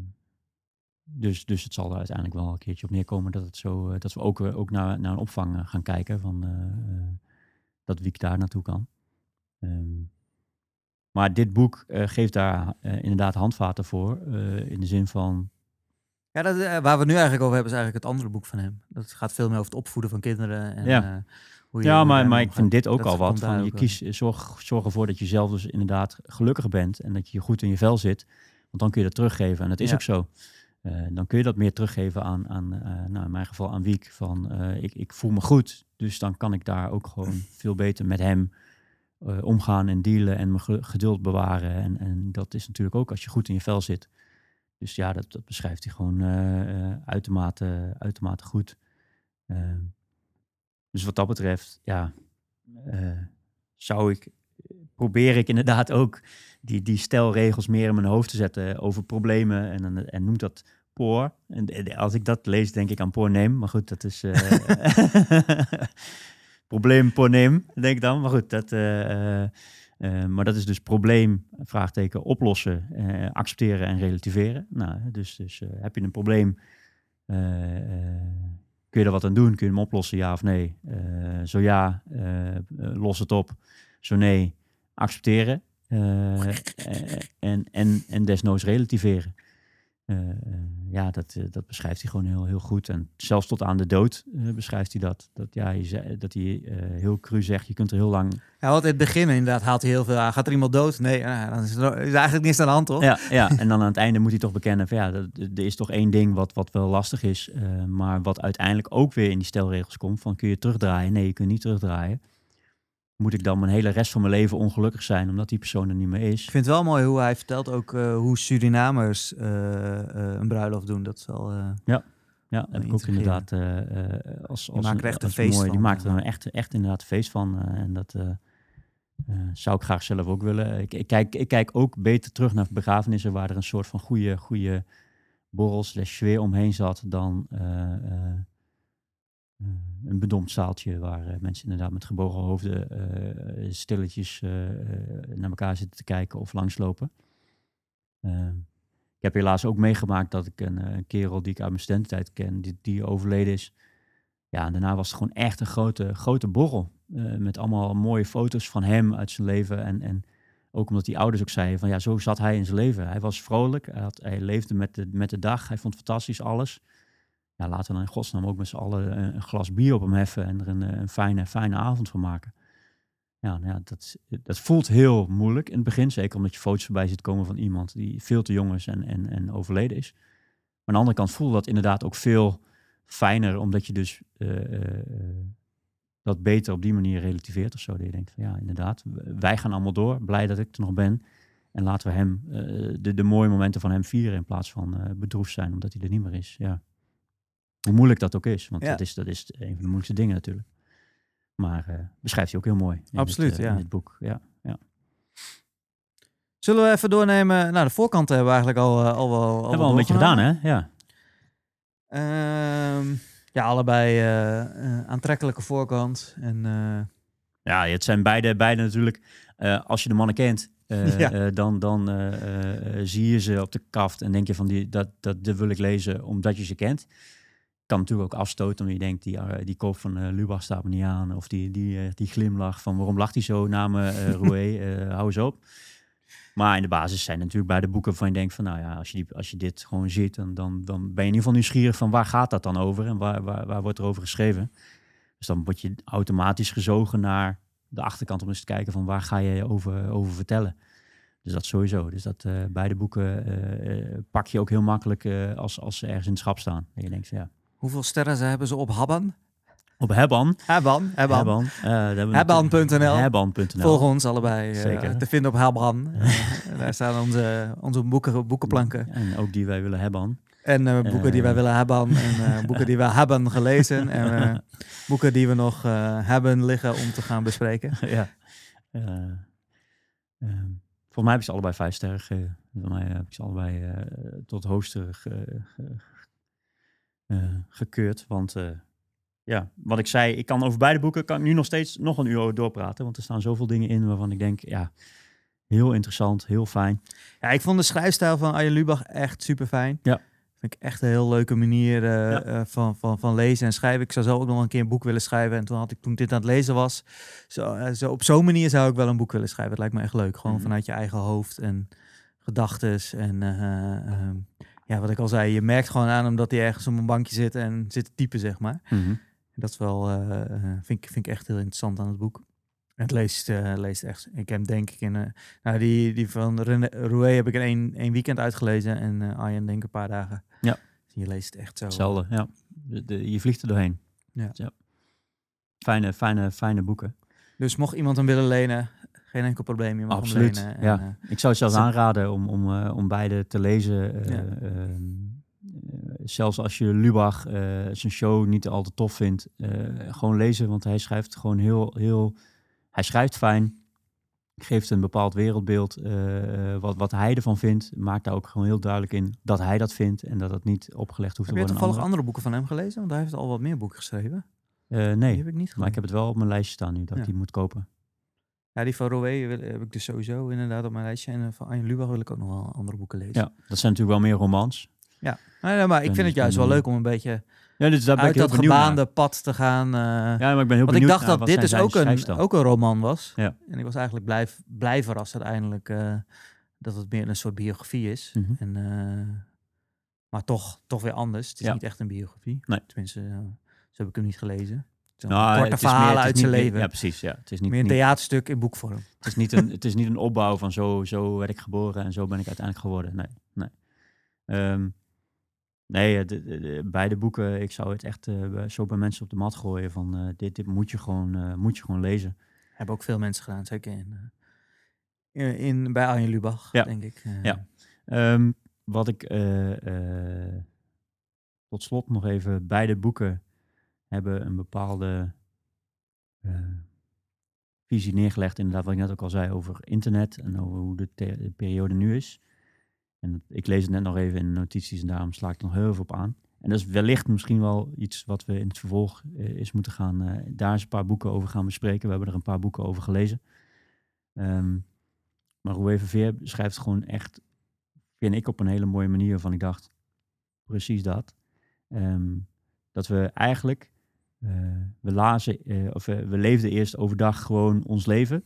dus, dus het zal er uiteindelijk wel een keertje op neerkomen dat, het zo, uh, dat we ook, uh, ook naar, naar een opvang uh, gaan kijken. Van, uh, uh, dat Wiek daar naartoe kan. Um, maar dit boek uh, geeft daar uh, inderdaad handvaten voor. Uh, in de zin van... Ja, dat, uh, waar we het nu eigenlijk over hebben is eigenlijk het andere boek van hem. Dat gaat veel meer over het opvoeden van kinderen. En, ja, uh, hoe je ja maar, maar ik vind dit ook al wat. Van, je ook kies, zorg, zorg ervoor dat je zelf dus inderdaad gelukkig bent. En dat je goed in je vel zit. Want dan kun je dat teruggeven. En dat is ja. ook zo. Uh, dan kun je dat meer teruggeven aan, aan uh, nou in mijn geval aan Wiek. Van uh, ik, ik voel me goed. Dus dan kan ik daar ook gewoon veel beter met hem uh, omgaan en dealen. En mijn geduld bewaren. En, en dat is natuurlijk ook als je goed in je vel zit. Dus ja, dat, dat beschrijft hij gewoon uh, uh, uitermate, uitermate goed. Uh, dus wat dat betreft, ja, uh, zou ik, probeer ik inderdaad ook die, die stelregels meer in mijn hoofd te zetten over problemen. En, en, en noemt dat poor. En, en als ik dat lees, denk ik aan poorneem. Maar goed, dat is... Uh, probleem poorneem, denk ik dan. Maar goed, dat... Uh, uh, Uh, maar dat is dus probleem, vraagteken, oplossen, uh, accepteren en relativeren. Nou, dus dus uh, heb je een probleem, uh, uh, kun je er wat aan doen? Kun je hem oplossen, ja of nee? Uh, zo ja, uh, uh, los het op. Zo nee, accepteren. Uh, uh, en, en, en desnoods relativeren. Uh, uh, ja, dat, uh, dat beschrijft hij gewoon heel, heel goed. En zelfs tot aan de dood uh, beschrijft hij dat. Dat, ja, je zei, dat hij uh, heel cru zegt, je kunt er heel lang... Ja, want in het begin inderdaad haalt hij heel veel aan. Gaat er iemand dood? Nee, uh, dan is er is eigenlijk niks aan de hand, toch? Ja, ja, en dan aan het einde moet hij toch bekennen van ja, er is toch één ding wat, wat wel lastig is. Uh, maar wat uiteindelijk ook weer in die stelregels komt. Van kun je terugdraaien? Nee, je kunt niet terugdraaien. Moet ik dan mijn hele rest van mijn leven ongelukkig zijn omdat die persoon er niet meer is? Ik vind het wel mooi hoe hij vertelt ook uh, hoe Surinamers uh, uh, een bruiloft doen. Dat is wel... Uh, ja, ja heb ik ook inderdaad uh, uh, als, als, die een, er echt als een feest mooi, van. Die maakt er echt, echt inderdaad een feest van. Uh, en dat uh, uh, zou ik graag zelf ook willen. Ik, ik, kijk, ik kijk ook beter terug naar begrafenissen waar er een soort van goede, goede borrels, de sfeer omheen zat dan... Uh, uh, Uh, een bedompt zaaltje waar uh, mensen inderdaad met gebogen hoofden uh, stilletjes uh, uh, naar elkaar zitten te kijken of langslopen. Uh, ik heb helaas ook meegemaakt dat ik een, een kerel die ik uit mijn studententijd ken, die, die overleden is. Ja, en daarna was het gewoon echt een grote, grote borrel. Uh, met allemaal mooie foto's van hem uit zijn leven. En, en ook omdat die ouders ook zeiden van ja, zo zat hij in zijn leven. Hij was vrolijk, hij, had, hij leefde met de, met de dag, hij vond fantastisch alles. Ja, laten we dan in godsnaam ook met z'n allen een, een glas bier op hem heffen en er een, een fijne, fijne avond van maken. Ja, nou ja dat, dat voelt heel moeilijk in het begin, zeker omdat je foto's voorbij ziet komen van iemand die veel te jong is en, en, en overleden is. Maar aan de andere kant voelde dat inderdaad ook veel fijner, omdat je dus uh, uh, dat beter op die manier relativeert of zo. Dat je denkt van ja, inderdaad, wij gaan allemaal door, blij dat ik er nog ben. En laten we hem, uh, de, de mooie momenten van hem vieren in plaats van uh, bedroefd zijn omdat hij er niet meer is, ja. Hoe moeilijk dat ook is, want ja. dat, is, dat is een van de moeilijkste dingen natuurlijk. Maar uh, beschrijft hij ook heel mooi in Absoluut, dit, uh, ja. in dit boek. Ja, ja. Zullen we even doornemen? Nou, de voorkant hebben we eigenlijk al, uh, al wel al Hebben we al een beetje gedaan, hè? Ja. Um, ja, allebei uh, uh, aantrekkelijke voorkant. En, uh... Ja, het zijn beide, beide natuurlijk, uh, als je de mannen kent, uh, ja. uh, dan, dan uh, uh, zie je ze op de kaft en denk je van, die, dat, dat, dat wil ik lezen omdat je ze kent. Kan natuurlijk ook afstoten, omdat je denkt, die, uh, die kop van uh, Lubach staat me niet aan. Of die, die, uh, die glimlach van, waarom lacht hij zo na me, uh, Roué, uh, hou eens op. Maar in de basis zijn natuurlijk bij de boeken van je denkt van, nou ja, als je, die, als je dit gewoon ziet, dan, dan, dan ben je in ieder geval nieuwsgierig van waar gaat dat dan over en waar, waar, waar wordt er over geschreven. Dus dan word je automatisch gezogen naar de achterkant om eens te kijken van waar ga je over, over vertellen. Dus dat sowieso. Dus dat uh, beide boeken uh, pak je ook heel makkelijk uh, als, als ze ergens in het schap staan. En je denkt, ja. Hoeveel sterren ze hebben ze op Habban? Op Hebban. Hebban. Hebban. Hebban. Uh, Hebban punt n l. Hebban punt n l. Volg ons allebei uh, Zeker. te vinden op Hebban. Uh, daar staan onze, onze boeken, boekenplanken. En ook die wij willen hebben. En uh, boeken uh, die wij willen hebben. En uh, boeken die we hebben gelezen. En uh, boeken die we nog uh, hebben liggen om te gaan bespreken. Ja. Uh, uh, Volgens mij heb ik ze allebei vijf sterren gegeven. Volgens mij heb ik ze allebei uh, tot hoogste ge, ge, uh, gekeurd. Want uh, ja, wat ik zei, ik kan over beide boeken kan ik nu nog steeds nog een uur over doorpraten. Want er staan zoveel dingen in waarvan ik denk, ja, heel interessant, heel fijn. Ja, ik vond de schrijfstijl van Arjen Lubach echt super fijn. Ja. Vind ik echt een heel leuke manier uh, ja. uh, van, van, van lezen en schrijven. Ik zou zo ook nog een keer een boek willen schrijven. En toen had ik, toen ik dit aan het lezen was, zo, uh, zo, op zo'n manier zou ik wel een boek willen schrijven. Het lijkt me echt leuk. Gewoon mm-hmm. vanuit je eigen hoofd en gedachtes. En uh, uh, ja, wat ik al zei, je merkt gewoon aan hem dat hij ergens op een bankje zit en zit te typen, zeg maar. Mm-hmm. Dat is wel, uh, vind, ik, vind ik echt heel interessant aan het boek. Het leest, uh, leest echt. Ik heb denk ik in, uh, nou die, die van René Roué heb ik in één, één weekend uitgelezen en uh, Arjen denk ik een paar dagen. Ja. Je leest echt zo. Hetzelfde, ja. De, de, je vliegt er doorheen. Ja. Dus ja. Fijne, fijne, fijne boeken. Dus mocht iemand hem willen lenen, geen enkel probleem. Je mag Absoluut. hem lenen. Ja. En, uh, ik zou het zelfs aanraden om, om, uh, om beide te lezen. Uh, ja. uh, uh, zelfs als je Lubach uh, zijn show niet al te tof vindt, uh, gewoon lezen, want hij schrijft gewoon heel, heel, hij schrijft fijn, geeft een bepaald wereldbeeld, uh, wat, wat hij ervan vindt, maakt daar ook gewoon heel duidelijk in dat hij dat vindt en dat het niet opgelegd hoeft heb te worden. Heb je toevallig andere. andere boeken van hem gelezen? Want hij heeft al wat meer boeken geschreven. Uh, nee, die heb ik niet maar ik heb het wel op mijn lijstje staan nu, dat ja. ik die moet kopen. Ja, die van Roué heb ik dus sowieso inderdaad op mijn lijstje. En van Arjen Lubach wil ik ook nog wel andere boeken lezen. Ja, dat zijn natuurlijk wel meer romans. Ja, nee, maar ik ben, vind het juist ben, wel leuk om een beetje ja, dus daar ben uit ik heel dat gebaande naar. pad te gaan. Uh, ja, maar ik ben heel want benieuwd ik dacht naar dat dit dus ook een, ook een roman was. Ja. En ik was eigenlijk blij, blij verrast uiteindelijk uh, dat het meer een soort biografie is. Mm-hmm. En, uh, maar toch, toch weer anders. Het is ja. niet echt een biografie. Nee. Tenminste, uh, zo heb ik hem niet gelezen. Nou, korte verhalen meer, uit zijn leven. Ja, precies. Ja. Het is niet, meer een theaterstuk in boekvorm. Het is niet een, het is niet een opbouw van zo, zo werd ik geboren en zo ben ik uiteindelijk geworden. Nee, nee. Um, nee, de, de, de, beide boeken, ik zou het echt uh, zo bij mensen op de mat gooien van uh, dit, dit moet je gewoon, uh, moet je gewoon lezen. Hebben ook veel mensen gedaan, zeker in, uh, in, in bij Arjen Lubach, ja. denk ik. Uh, ja. Um, wat ik uh, uh, tot slot nog even, beide boeken hebben een bepaalde uh, visie neergelegd, inderdaad wat ik net ook al zei over internet en over hoe de, te- de periode nu is. En ik lees het net nog even in de notities en daarom sla ik er nog heel veel op aan. En dat is wellicht misschien wel iets wat we in het vervolg uh, eens moeten gaan, uh, daar eens een paar boeken over gaan bespreken. We hebben er een paar boeken over gelezen. Um, maar Roué Verveer schrijft gewoon echt, vind ik, op een hele mooie manier van ik dacht, precies dat. Um, dat we eigenlijk Uh, we lazen, uh, of uh, we leefden eerst overdag gewoon ons leven.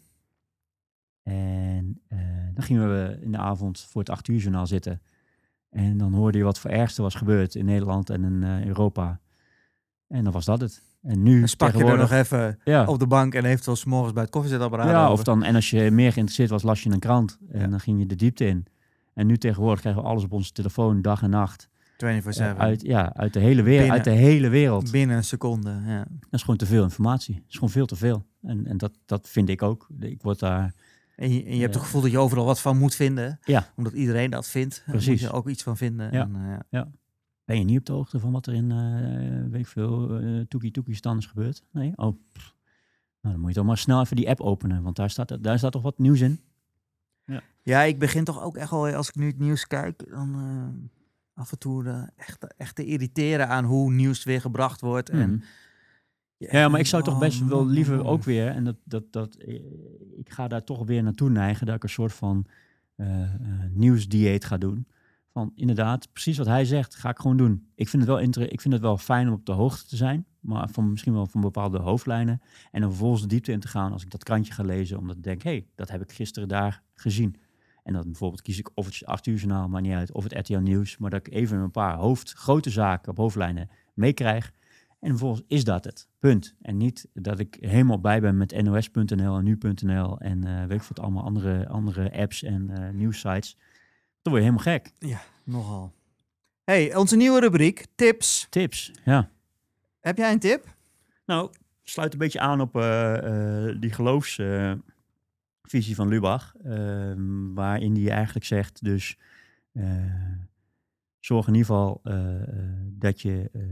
En uh, dan gingen we in de avond voor het acht uur journaal zitten. En dan hoorde je wat voor ergste was gebeurd in Nederland en in uh, Europa. En dan was dat het. En nu dan sprak je er nog even ja. op de bank en eventueel 's morgens bij het koffiezetapparaat ja, over. Of dan, en als je meer geïnteresseerd was, las je een krant. En ja. dan ging je de diepte in. En nu tegenwoordig krijgen we alles op onze telefoon, dag en nacht. vierentwintig zeven. Uh, uit, ja, uit de hele wereld. Uit de hele wereld. Binnen een seconde, ja. Dat is gewoon te veel informatie. Dat is gewoon veel te veel. En, en dat, dat vind ik ook. Ik word daar... En je, en je hebt uh, het gevoel dat je overal wat van moet vinden. Ja. Omdat iedereen dat vindt. Precies. Moet je ook iets van vinden. Ja. En, uh, ja. ja. Ben je niet op de hoogte van wat er in, uh, weet ik veel, uh, Toekie Toekie Stan is gebeurd? Nee? Oh, pff. Nou, dan moet je toch maar snel even die app openen. Want daar staat, daar staat toch wat nieuws in? Ja. Ja, ik begin toch ook echt wel, als ik nu het nieuws kijk, dan... Uh, af en toe de, echt, echt te irriteren aan hoe nieuws weer gebracht wordt. En, mm. ja, ja, maar ik zou oh, toch best wel liever ook weer, en dat, dat, dat, ik ga daar toch weer naartoe neigen, dat ik een soort van uh, uh, nieuwsdieet ga doen. Van inderdaad, precies wat hij zegt, ga ik gewoon doen. Ik vind het wel, inter- ik vind het wel fijn om op de hoogte te zijn, maar van, misschien wel van bepaalde hoofdlijnen. En dan vervolgens de diepte in te gaan als ik dat krantje ga lezen, omdat ik denk, hé, hey, dat heb ik gisteren daar gezien. En dan bijvoorbeeld kies ik of het acht uur journaal, maar niet uit, of het R T L Nieuws. Maar dat ik even een paar hoofd, grote zaken op hoofdlijnen meekrijg. En vervolgens is dat het. Punt. En niet dat ik helemaal bij ben met N O S punt N L en Nu punt N L en uh, weet ik wat allemaal andere, andere apps en uh, nieuwssites. Dan word je helemaal gek. Ja, nogal. Hey, onze nieuwe rubriek, tips. Tips, ja. Heb jij een tip? Nou, sluit een beetje aan op uh, uh, die geloofsvisie uh, van Lubach. Uh, waarin hij eigenlijk zegt, dus uh, zorg in ieder geval uh, dat je uh,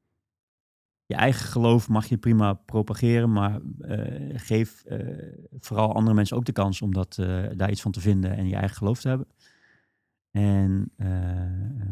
je eigen geloof mag je prima propageren, maar uh, geef uh, vooral andere mensen ook de kans om dat, uh, daar iets van te vinden en je eigen geloof te hebben. En uh, uh,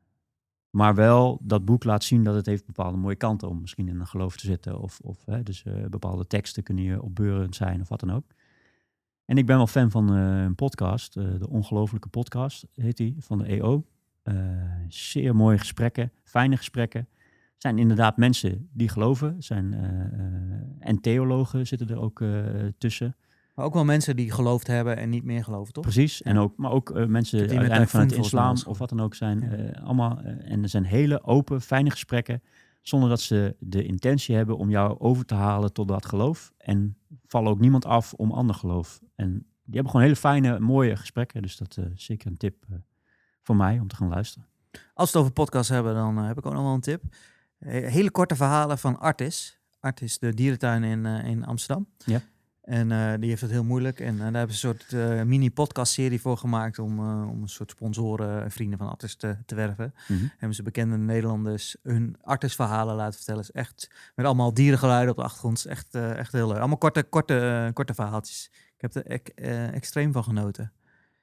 maar wel dat boek laat zien dat het heeft bepaalde mooie kanten om misschien in een geloof te zitten. Of, of hè, dus uh, bepaalde teksten kunnen je opbeurend zijn of wat dan ook. En ik ben wel fan van uh, een podcast, uh, de Ongelooflijke Podcast heet die, van de E O. Uh, zeer mooie gesprekken, fijne gesprekken. Het zijn inderdaad mensen die geloven. Zijn, uh, uh, en theologen zitten er ook uh, tussen. Maar ook wel mensen die geloofd hebben en niet meer geloven, toch? Precies, Ja. en ook, maar ook uh, mensen die uiteindelijk vanuit de islam was of wat dan ook zijn. Ja. Uh, allemaal, uh, en er zijn hele open, fijne gesprekken, zonder dat ze de intentie hebben om jou over te halen tot dat geloof. En vallen ook niemand af om ander geloof. En die hebben gewoon hele fijne, mooie gesprekken. Dus dat is uh, zeker een tip uh, voor mij om te gaan luisteren. Als we het over podcasts hebben, dan uh, heb ik ook nog wel een tip. Hele korte verhalen van Artis. Artis, de dierentuin in, uh, in Amsterdam. Ja. En uh, die heeft het heel moeilijk. En uh, daar hebben ze een soort uh, mini-podcast-serie voor gemaakt om, uh, om een soort sponsoren en vrienden van Artis te, te werven. Mm-hmm. Hebben ze bekende Nederlanders hun Artis-verhalen laten vertellen. Is echt met allemaal dierengeluiden op de achtergrond. Is echt, uh, echt heel leuk. Allemaal korte, korte, uh, korte verhaaltjes. Ik heb er ek, uh, extreem van genoten.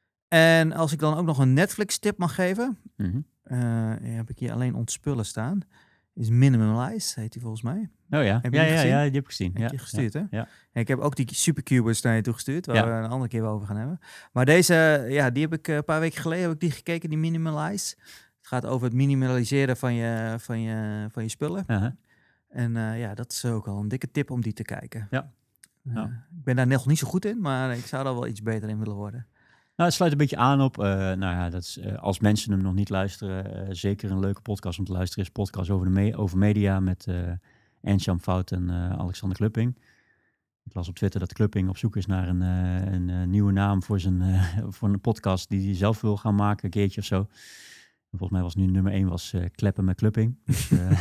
En als ik dan ook nog een Netflix-tip mag geven, Mm-hmm. uh, heb ik hier alleen ontspullen staan. Is Minimalize, heet die volgens mij. Oh ja, heb je ja, die ja, gezien? ja, die heb ik gezien. Heb ja, je gestuurd, ja, hè? Ja. En ik heb ook die Supercubers naar je toe gestuurd, waar Ja. we een andere keer wel over gaan hebben. Maar deze, ja, die heb ik uh, een paar weken geleden heb ik die gekeken, die Minimalize. Het gaat over het minimaliseren van je, van je, van je spullen. Uh-huh. En uh, ja, dat is ook al een dikke tip om die te kijken. Ja. Uh, Ja. Ik ben daar nog niet zo goed in, maar ik zou daar wel iets beter in willen worden. Nou, het sluit een beetje aan op, uh, nou ja, dat is, uh, als mensen hem nog niet luisteren, uh, zeker een leuke podcast om te luisteren is podcast over, de me- over media met uh, Ernst-Jan Fout en uh, Alexander Klupping. Ik las op Twitter dat Klupping op zoek is naar een, uh, een uh, nieuwe naam voor, zijn, uh, voor een podcast die hij zelf wil gaan maken, een keertje of zo. En volgens mij was nu nummer één was uh, Kleppen met Klupping. Dus, uh,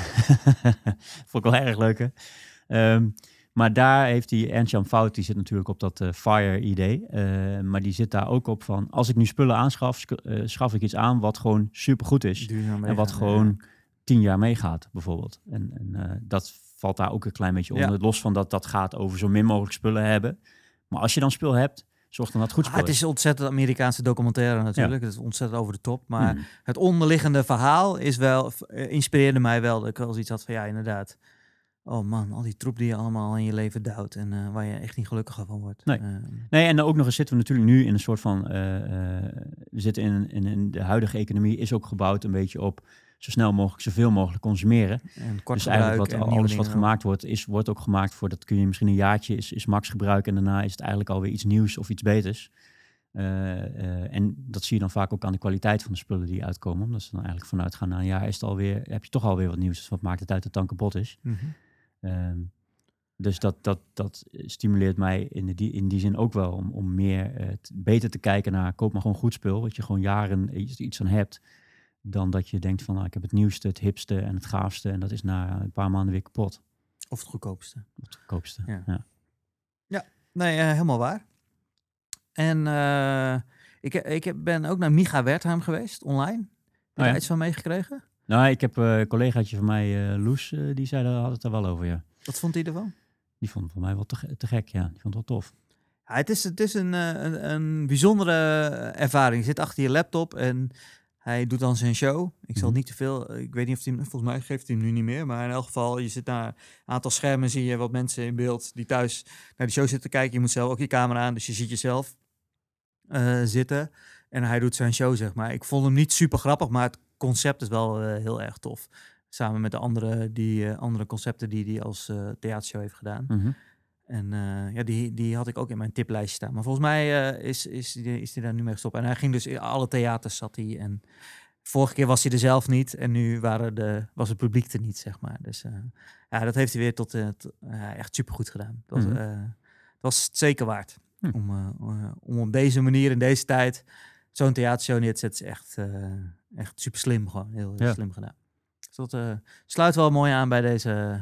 vond ik wel erg leuk, hè? Um, Maar daar heeft die Ernst-Jan Fout, die zit natuurlijk op dat uh, FIRE-idee. Uh, maar die zit daar ook op van, als ik nu spullen aanschaf, sk- uh, schaf ik iets aan wat gewoon supergoed is. Duurzaam En wat meegaan, gewoon ja. tien jaar meegaat, bijvoorbeeld. En, en uh, dat valt daar ook een klein beetje onder. Ja. Los van dat dat gaat over zo min mogelijk spullen hebben. Maar als je dan spul hebt, zorg dan dat het goed Ah, spul het is ontzettend Amerikaanse documentaire natuurlijk. Het is ontzettend over de top. Maar Hmm. het onderliggende verhaal is wel, uh, inspireerde mij wel. Dat ik wel zoiets had van, ja, inderdaad. Oh man, al die troep die je allemaal in je leven duwt en uh, waar je echt niet gelukkiger van wordt. Nee. Uh, Nee, en dan ook nog eens zitten we natuurlijk nu in een soort van... Uh, uh, we zitten in, in, in de huidige economie is ook gebouwd een beetje op zo snel mogelijk, zoveel mogelijk consumeren. en kort Dus eigenlijk wat, en alles nieuwe wat dingen gemaakt wordt, is, wordt ook gemaakt voor, dat kun je misschien een jaartje, is, is max gebruik en daarna is het eigenlijk alweer iets nieuws of iets beters. Uh, uh, en dat zie je dan vaak ook aan de kwaliteit van de spullen die uitkomen. Omdat ze dan eigenlijk vanuit gaan na een jaar is het alweer, heb je toch alweer wat nieuws. Dus wat maakt het uit dat het dan kapot is. Mm-hmm. Um, dus dat, dat, dat stimuleert mij in, de, in die zin ook wel om, om meer, uh, t, beter te kijken naar, koop maar gewoon goed spul, wat je gewoon jaren iets, iets aan hebt, dan dat je denkt van, nou, ik heb het nieuwste, het hipste en het gaafste en dat is na een paar maanden weer kapot. Of het goedkoopste. Of het goedkoopste, ja. ja. Ja, nee, uh, helemaal waar. En uh, ik, ik ben ook naar Micha Wertheim geweest, online. Heb je oh, ja. er iets van meegekregen? Nou, ik heb uh, een collegaatje van mij, uh, Loes, uh, die zei, had het er wel over, ja. Wat vond hij ervan? Die vond het voor mij wel te, te gek, ja. Die vond het wel tof. Ja, het is, het is een, een, een bijzondere ervaring. Je zit achter je laptop en hij doet dan zijn show. Ik zal Mm-hmm. niet te veel, ik weet niet of hij, volgens mij geeft hij hem nu niet meer. Maar in elk geval, je zit naar een aantal schermen, zie je wat mensen in beeld die thuis naar die show zitten kijken. Je moet zelf ook je camera aan, dus je ziet jezelf uh, zitten. En hij doet zijn show, zeg maar. Ik vond hem niet super grappig, maar het concept is wel uh, heel erg tof. Samen met de andere, die, uh, andere concepten die hij als uh, theatershow heeft gedaan. Mm-hmm. En uh, ja, die, die had ik ook in mijn tiplijstje staan. Maar volgens mij uh, is, is, die, is die daar nu mee gestopt. En hij ging dus in alle theaters zat hij. En vorige keer was hij er zelf niet. En nu waren de, was het publiek er niet, zeg maar. Dus uh, ja, dat heeft hij weer tot, uh, tot uh, echt supergoed gedaan. Dat, mm-hmm. uh, dat was het zeker waard. Mm. Om, uh, uh, om op deze manier, in deze tijd, zo'n theatershow neer te zetten. Is echt, uh, echt super slim gewoon. Heel, heel ja. slim gedaan. Dus dat uh, sluit wel mooi aan bij deze...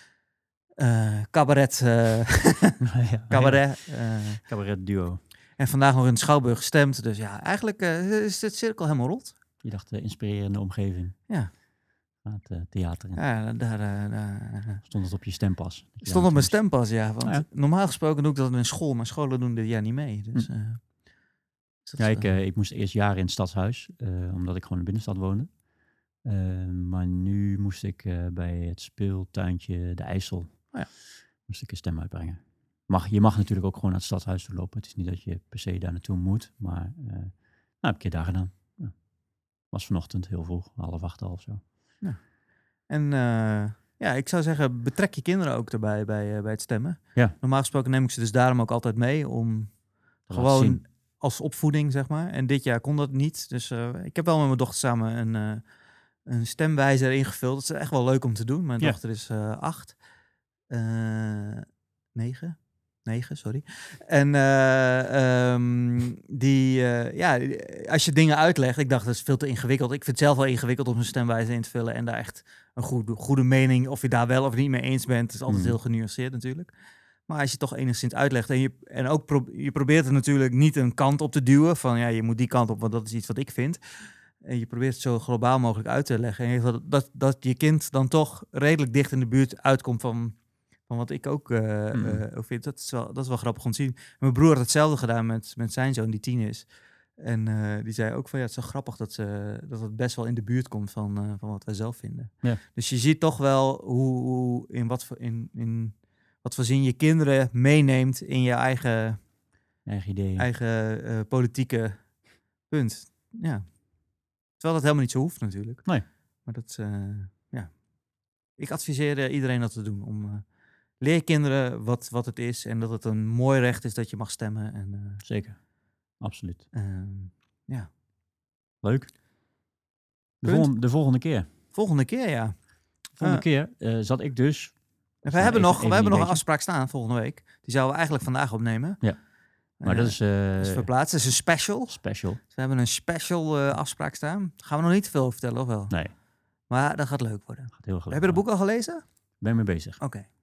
Uh, cabaret, uh, ja, cabaret, uh, cabaret duo. En vandaag nog in de Schouwburg gestemd. Dus ja, eigenlijk uh, is het cirkel helemaal rond. Je dacht de uh, inspirerende omgeving. Ja. Het uh, theater. In. Ja, daar, uh, daar uh, stond het op je stempas. Je stond op mijn stempas, ja. Want ja. normaal gesproken doe ik dat in school, maar scholen doen dit jaar niet mee. Dus, uh, dus ja, ik, uh, ik moest eerst jaren in het stadshuis, uh, omdat ik gewoon in de binnenstad woonde. Uh, maar nu moest ik uh, bij het speeltuintje De IJssel, oh ja. moest ik een stem uitbrengen. Mag, je mag natuurlijk ook gewoon naar het stadhuis toe lopen. Het is niet dat je per se daar naartoe moet, maar uh, nou, heb ik een keer daar gedaan. Ja. Was vanochtend heel vroeg, half acht al of zo. Ja. En uh, ja, ik zou zeggen, betrek je kinderen ook erbij bij, uh, bij het stemmen. Ja. Normaal gesproken neem ik ze dus daarom ook altijd mee om dat gewoon als opvoeding, zeg maar. En dit jaar kon dat niet. Dus uh, ik heb wel met mijn dochter samen een, uh, een stemwijzer ingevuld. Dat is echt wel leuk om te doen. Mijn ja. dochter is uh, acht. Uh, negen. Negen, sorry. En uh, um, die, uh, ja, als je dingen uitlegt, ik dacht dat is veel te ingewikkeld. Ik vind het zelf wel ingewikkeld om een stemwijze in te vullen en daar echt een goede, goede mening, of je daar wel of niet mee eens bent, is altijd mm. heel genuanceerd natuurlijk. Maar als je toch enigszins uitlegt en, je, en ook pro- je probeert er natuurlijk niet een kant op te duwen van ja, je moet die kant op, want dat is iets wat ik vind. En je probeert het zo globaal mogelijk uit te leggen. En dat, dat, dat je kind dan toch redelijk dicht in de buurt uitkomt van... Van wat ik ook, uh, mm. uh, vind, dat is, wel, dat is wel grappig om te zien. Mijn broer had hetzelfde gedaan met, met zijn zoon, die tien is. En uh, die zei ook van, ja, het is zo grappig dat, ze, dat het best wel in de buurt komt van, uh, van wat wij zelf vinden. Ja. Dus je ziet toch wel hoe, hoe in, wat voor, in, in wat voor zin je kinderen meeneemt in je eigen, eigen, ideeën. eigen uh, politieke punt. Ja. Terwijl dat helemaal niet zo hoeft natuurlijk. Nee. Maar dat, uh, ja. Ik adviseer uh, iedereen dat te doen om... Uh, Leer kinderen wat, wat het is en dat het een mooi recht is dat je mag stemmen. En, uh, Zeker, absoluut. Uh, ja. Leuk. De, vol- de volgende keer. Volgende keer, ja. De volgende uh, keer uh, zat ik dus... We hebben, even, nog, even we hebben nog een afspraak staan volgende week. Die zouden we eigenlijk vandaag opnemen. Ja. Maar uh, dat is... Uh, dat is verplaatst. Dat is een special. Special. Dus we hebben een special uh, afspraak staan. Daar gaan we nog niet te veel over vertellen, of wel? Nee. Maar dat gaat leuk worden. Gaat heel goed. Heb je het boek al gelezen? Ben mee bezig. Oké. Okay.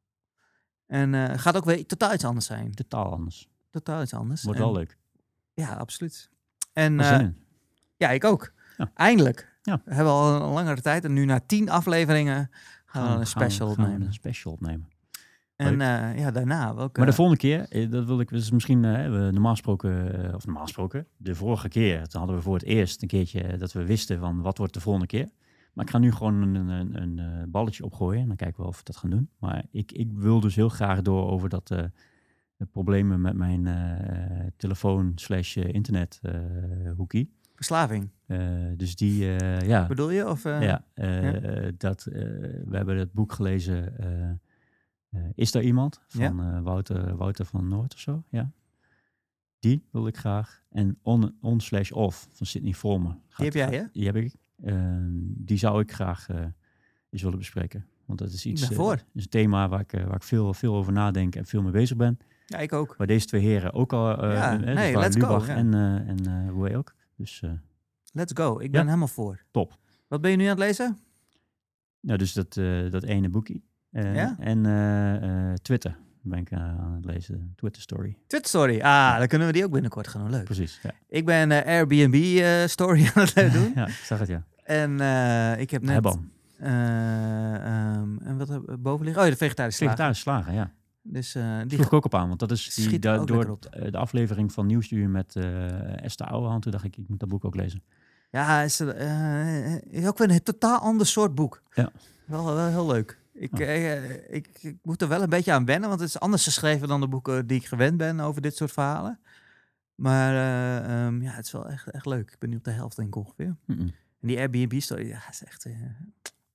En het uh, gaat ook weer totaal iets anders zijn. Totaal anders. Totaal iets anders. Wordt en, wel leuk. Ja, absoluut. En uh, ja, ik ook. Ja. Eindelijk. Ja. We hebben al een langere tijd. En nu na tien afleveringen gaan we gaan, een special gaan we, opnemen. Gaan we een special opnemen. En uh, ja, daarna welke... Maar de volgende keer, dat wil ik dus misschien, uh, we normaal gesproken, uh, of normaal gesproken, de vorige keer, toen hadden we voor het eerst een keertje dat we wisten van wat wordt de volgende keer. Maar ik ga nu gewoon een, een, een, een balletje opgooien en dan kijken we of we dat gaan doen. Maar ik, ik wil dus heel graag door over dat uh, de problemen met mijn uh, telefoon slash internet uh, hoekie. Verslaving. Uh, dus die, uh, ja. Bedoel je? Of, uh, ja, uh, ja, dat, uh, we hebben het boek gelezen, uh, uh, Is er iemand? Van ja. uh, Wouter, Wouter van Noord of zo, ja. Die wil ik graag. En On, on slash Off van Sidney Volmer. Die heb jij, hè? Die heb ik. Uh, die zou ik graag uh, eens willen bespreken. Want dat is iets, uh, is een thema waar ik, uh, waar ik veel, veel over nadenk en veel mee bezig ben. Ja, ik ook. Waar deze twee heren ook al, uh, ja, uh, nee, dus let's Lubach go. Ja. En, uh, en uh, hoe ook. Dus, uh, let's go. Ik ben ja? helemaal voor. Top. Wat ben je nu aan het lezen? Nou, dus dat, uh, dat ene boekje. Uh, ja? En uh, uh, Twitter ben ik uh, aan het lezen. Twitter Story. Twitter Story. Ah, dan kunnen we die ook binnenkort gaan doen. Leuk. Precies, ja. Ik ben uh, Airbnb uh, Story aan het doen. Ja, ik zag het, ja. En uh, ik heb net... Hebban. Uh, um, en wat heb boven liggen? Oh, de vegetarische slager. Vegetarische slager, ja. Dus, uh, die vroeg ik ook op aan, want dat is die, da, door op. de aflevering van Nieuwsuur met uh, Esther Ouwehand. Toen dacht ik, ik moet dat boek ook lezen. Ja, is, uh, is ook weer een totaal ander soort boek. Ja. Wel, wel heel leuk. Ik, oh. uh, ik, ik moet er wel een beetje aan wennen, want het is anders geschreven dan de boeken die ik gewend ben over dit soort verhalen. Maar uh, um, ja, het is wel echt, echt leuk. Ik ben nu op de helft denk ik ongeveer. Mm-mm. En die Airbnb-story, ja, is echt... Uh,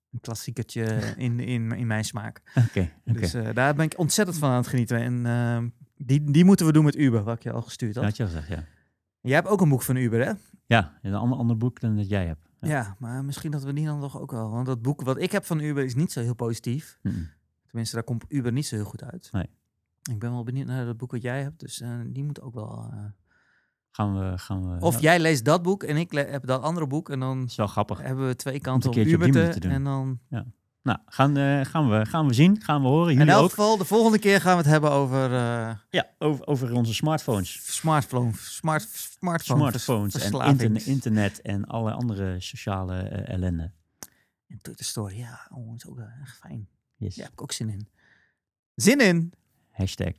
een klassiekertje in, in, in mijn smaak. Oké, okay, oké. Dus uh, daar ben ik ontzettend van aan het genieten. En uh, die, die moeten we doen met Uber, wat ik je al gestuurd had. Ja, had je al gezegd, ja. Jij hebt ook een boek van Uber, hè? Ja, een ander, ander boek dan dat jij hebt. Ja. ja, maar misschien dat we die dan toch ook wel. Want dat boek wat ik heb van Uber is niet zo heel positief. Mm-mm. Tenminste, daar komt Uber niet zo heel goed uit. Nee. Ik ben wel benieuwd naar dat boek wat jij hebt. Dus uh, die moet ook wel... Uh... Gaan we, gaan we... Of ja. jij leest dat boek en ik le- heb dat andere boek. En dan dat is wel grappig. Hebben we twee kanten om op Uber te, te doen. En dan... Ja. Nou, gaan, uh, gaan, we, gaan we zien. Gaan we horen. Jullie in elk ook. geval, de volgende keer gaan we het hebben over... Uh, ja, over, over onze smartphones. Smartphone, smart, smartphone smartphones vers, en interne, internet en alle andere sociale uh, ellende. En Twitter Story, ja. Oh, dat is ook uh, echt fijn. Yes. Daar heb ik ook zin in. Zin in! Hashtag.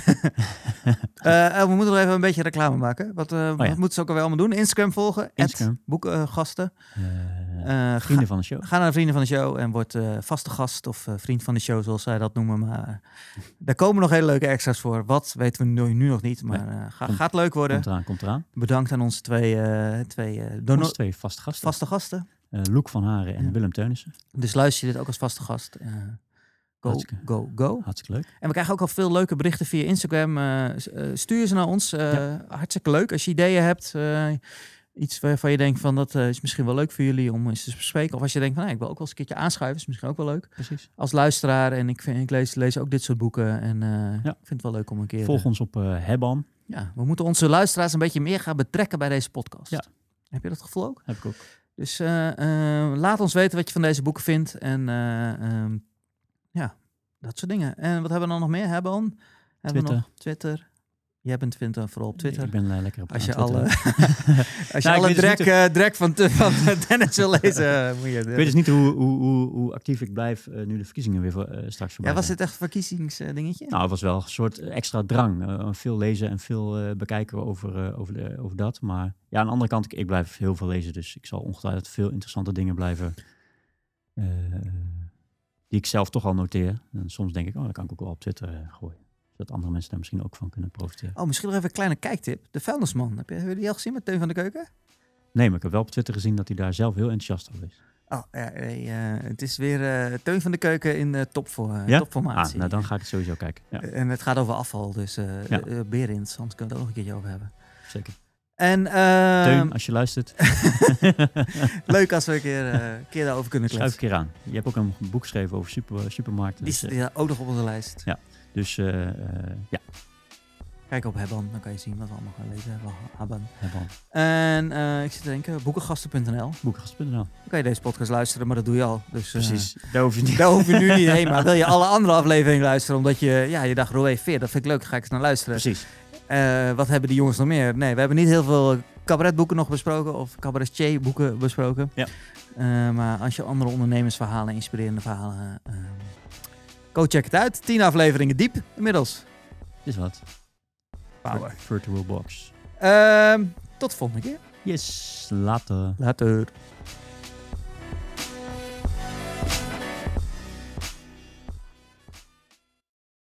uh, we moeten nog even een beetje reclame maken. Wat, uh, oh, ja. wat moeten ze ook alweer allemaal doen? Instagram volgen. Instagram. Boekgasten. Uh, uh, vrienden ga, van de show. Ga naar de vrienden van de show en word uh, vaste gast of uh, vriend van de show, zoals zij dat noemen. Maar uh, daar komen nog hele leuke extra's voor. Wat weten we nu, nu nog niet, maar uh, ga, komt, gaat leuk worden. Komt eraan, komt eraan. Bedankt aan onze twee, uh, twee, uh, dono- onze twee vaste gasten. Vaste gasten. Uh, Loek van Haren en ja. Willem Teunissen. Dus luister je dit ook als vaste gast. Uh, Go, Hartstikke, go, go. Hartstikke leuk. En we krijgen ook al veel leuke berichten via Instagram. Uh, stuur ze naar ons. Uh, ja. Hartstikke leuk. Als je ideeën hebt, uh, iets waarvan je denkt van dat uh, is misschien wel leuk voor jullie om eens te bespreken. Of als je denkt van nou, ik wil ook wel eens een keertje aanschuiven, is misschien ook wel leuk. Precies. Als luisteraar en ik, vind, ik lees, lees ook dit soort boeken en uh, ja. ik vind het wel leuk om een keer... Volg ons op uh, Hebban. Ja, we moeten onze luisteraars een beetje meer gaan betrekken bij deze podcast. Ja. Heb je dat gevoel ook? Heb ik ook. Dus uh, uh, laat ons weten wat je van deze boeken vindt en uh, um, ja... Dat soort dingen. En wat hebben we dan nog meer? Hebben we Twitter. We nog Twitter. Jij bent Twitter vooral op Twitter. Ik ben uh, lekker op als je Twitter. alle, als je nou, alle drek, uh, drek van, van Dennis wil lezen, moet je... Ik weet dus niet hoe, hoe, hoe, hoe actief ik blijf uh, nu de verkiezingen weer voor, uh, straks voorbij Ja, was dit echt een verkiezingsdingetje? Nou, het was wel een soort extra drang. Uh, veel lezen en veel uh, bekijken over, uh, over, de, over dat. Maar ja, aan de andere kant, ik, ik blijf heel veel lezen. Dus ik zal ongetwijfeld veel interessante dingen blijven... Uh, die ik zelf toch al noteer. En soms denk ik, oh, dat kan ik ook wel op Twitter uh, gooien. Zodat andere mensen daar misschien ook van kunnen profiteren. Oh, misschien nog even een kleine kijktip. De Vuilnisman. Heb je, heb je die al gezien met Teun van de Keuken? Nee, maar ik heb wel op Twitter gezien dat hij daar zelf heel enthousiast over is. Oh, ja, nee, uh, het is weer uh, Teun van de Keuken in uh, topvo- uh, ja? topformatie. Ah, nou, dan ga ik het sowieso kijken. Ja. Uh, en het gaat over afval, dus uh, ja. uh, Berends. Anders kunnen we het ook nog een keertje over hebben. Zeker. En, uh, Teun, als je luistert. Leuk als we een keer, uh, keer daarover kunnen kletsen. Schuif een keer aan. Je hebt ook een boek geschreven over super, supermarkten. Die dus, is ja, ook nog op onze lijst. Ja, dus uh, uh, ja. Kijk op Hebban, dan kan je zien wat we allemaal gaan lezen hebben. Hebban. Hebban. En uh, ik zit te denken, boekengasten punt n l. boekengasten punt n l. Dan kan je deze podcast luisteren, maar dat doe je al. Dus, uh, Precies, daar hoef je niet. Daar hoef je nu niet heen. Maar wil je alle andere afleveringen luisteren, omdat je, ja, je dacht, Roé Veer, dat vind ik leuk, ga ik eens naar luisteren. Precies. Uh, wat hebben die jongens nog meer? Nee, we hebben niet heel veel cabaretboeken nog besproken of cabaretier boeken besproken. Ja. Uh, maar als je andere ondernemersverhalen, inspirerende verhalen... Uh, go check het uit. Tien afleveringen diep inmiddels. Is wat. Power. Virtual box. Uh, tot de volgende keer. Yes, later. Later.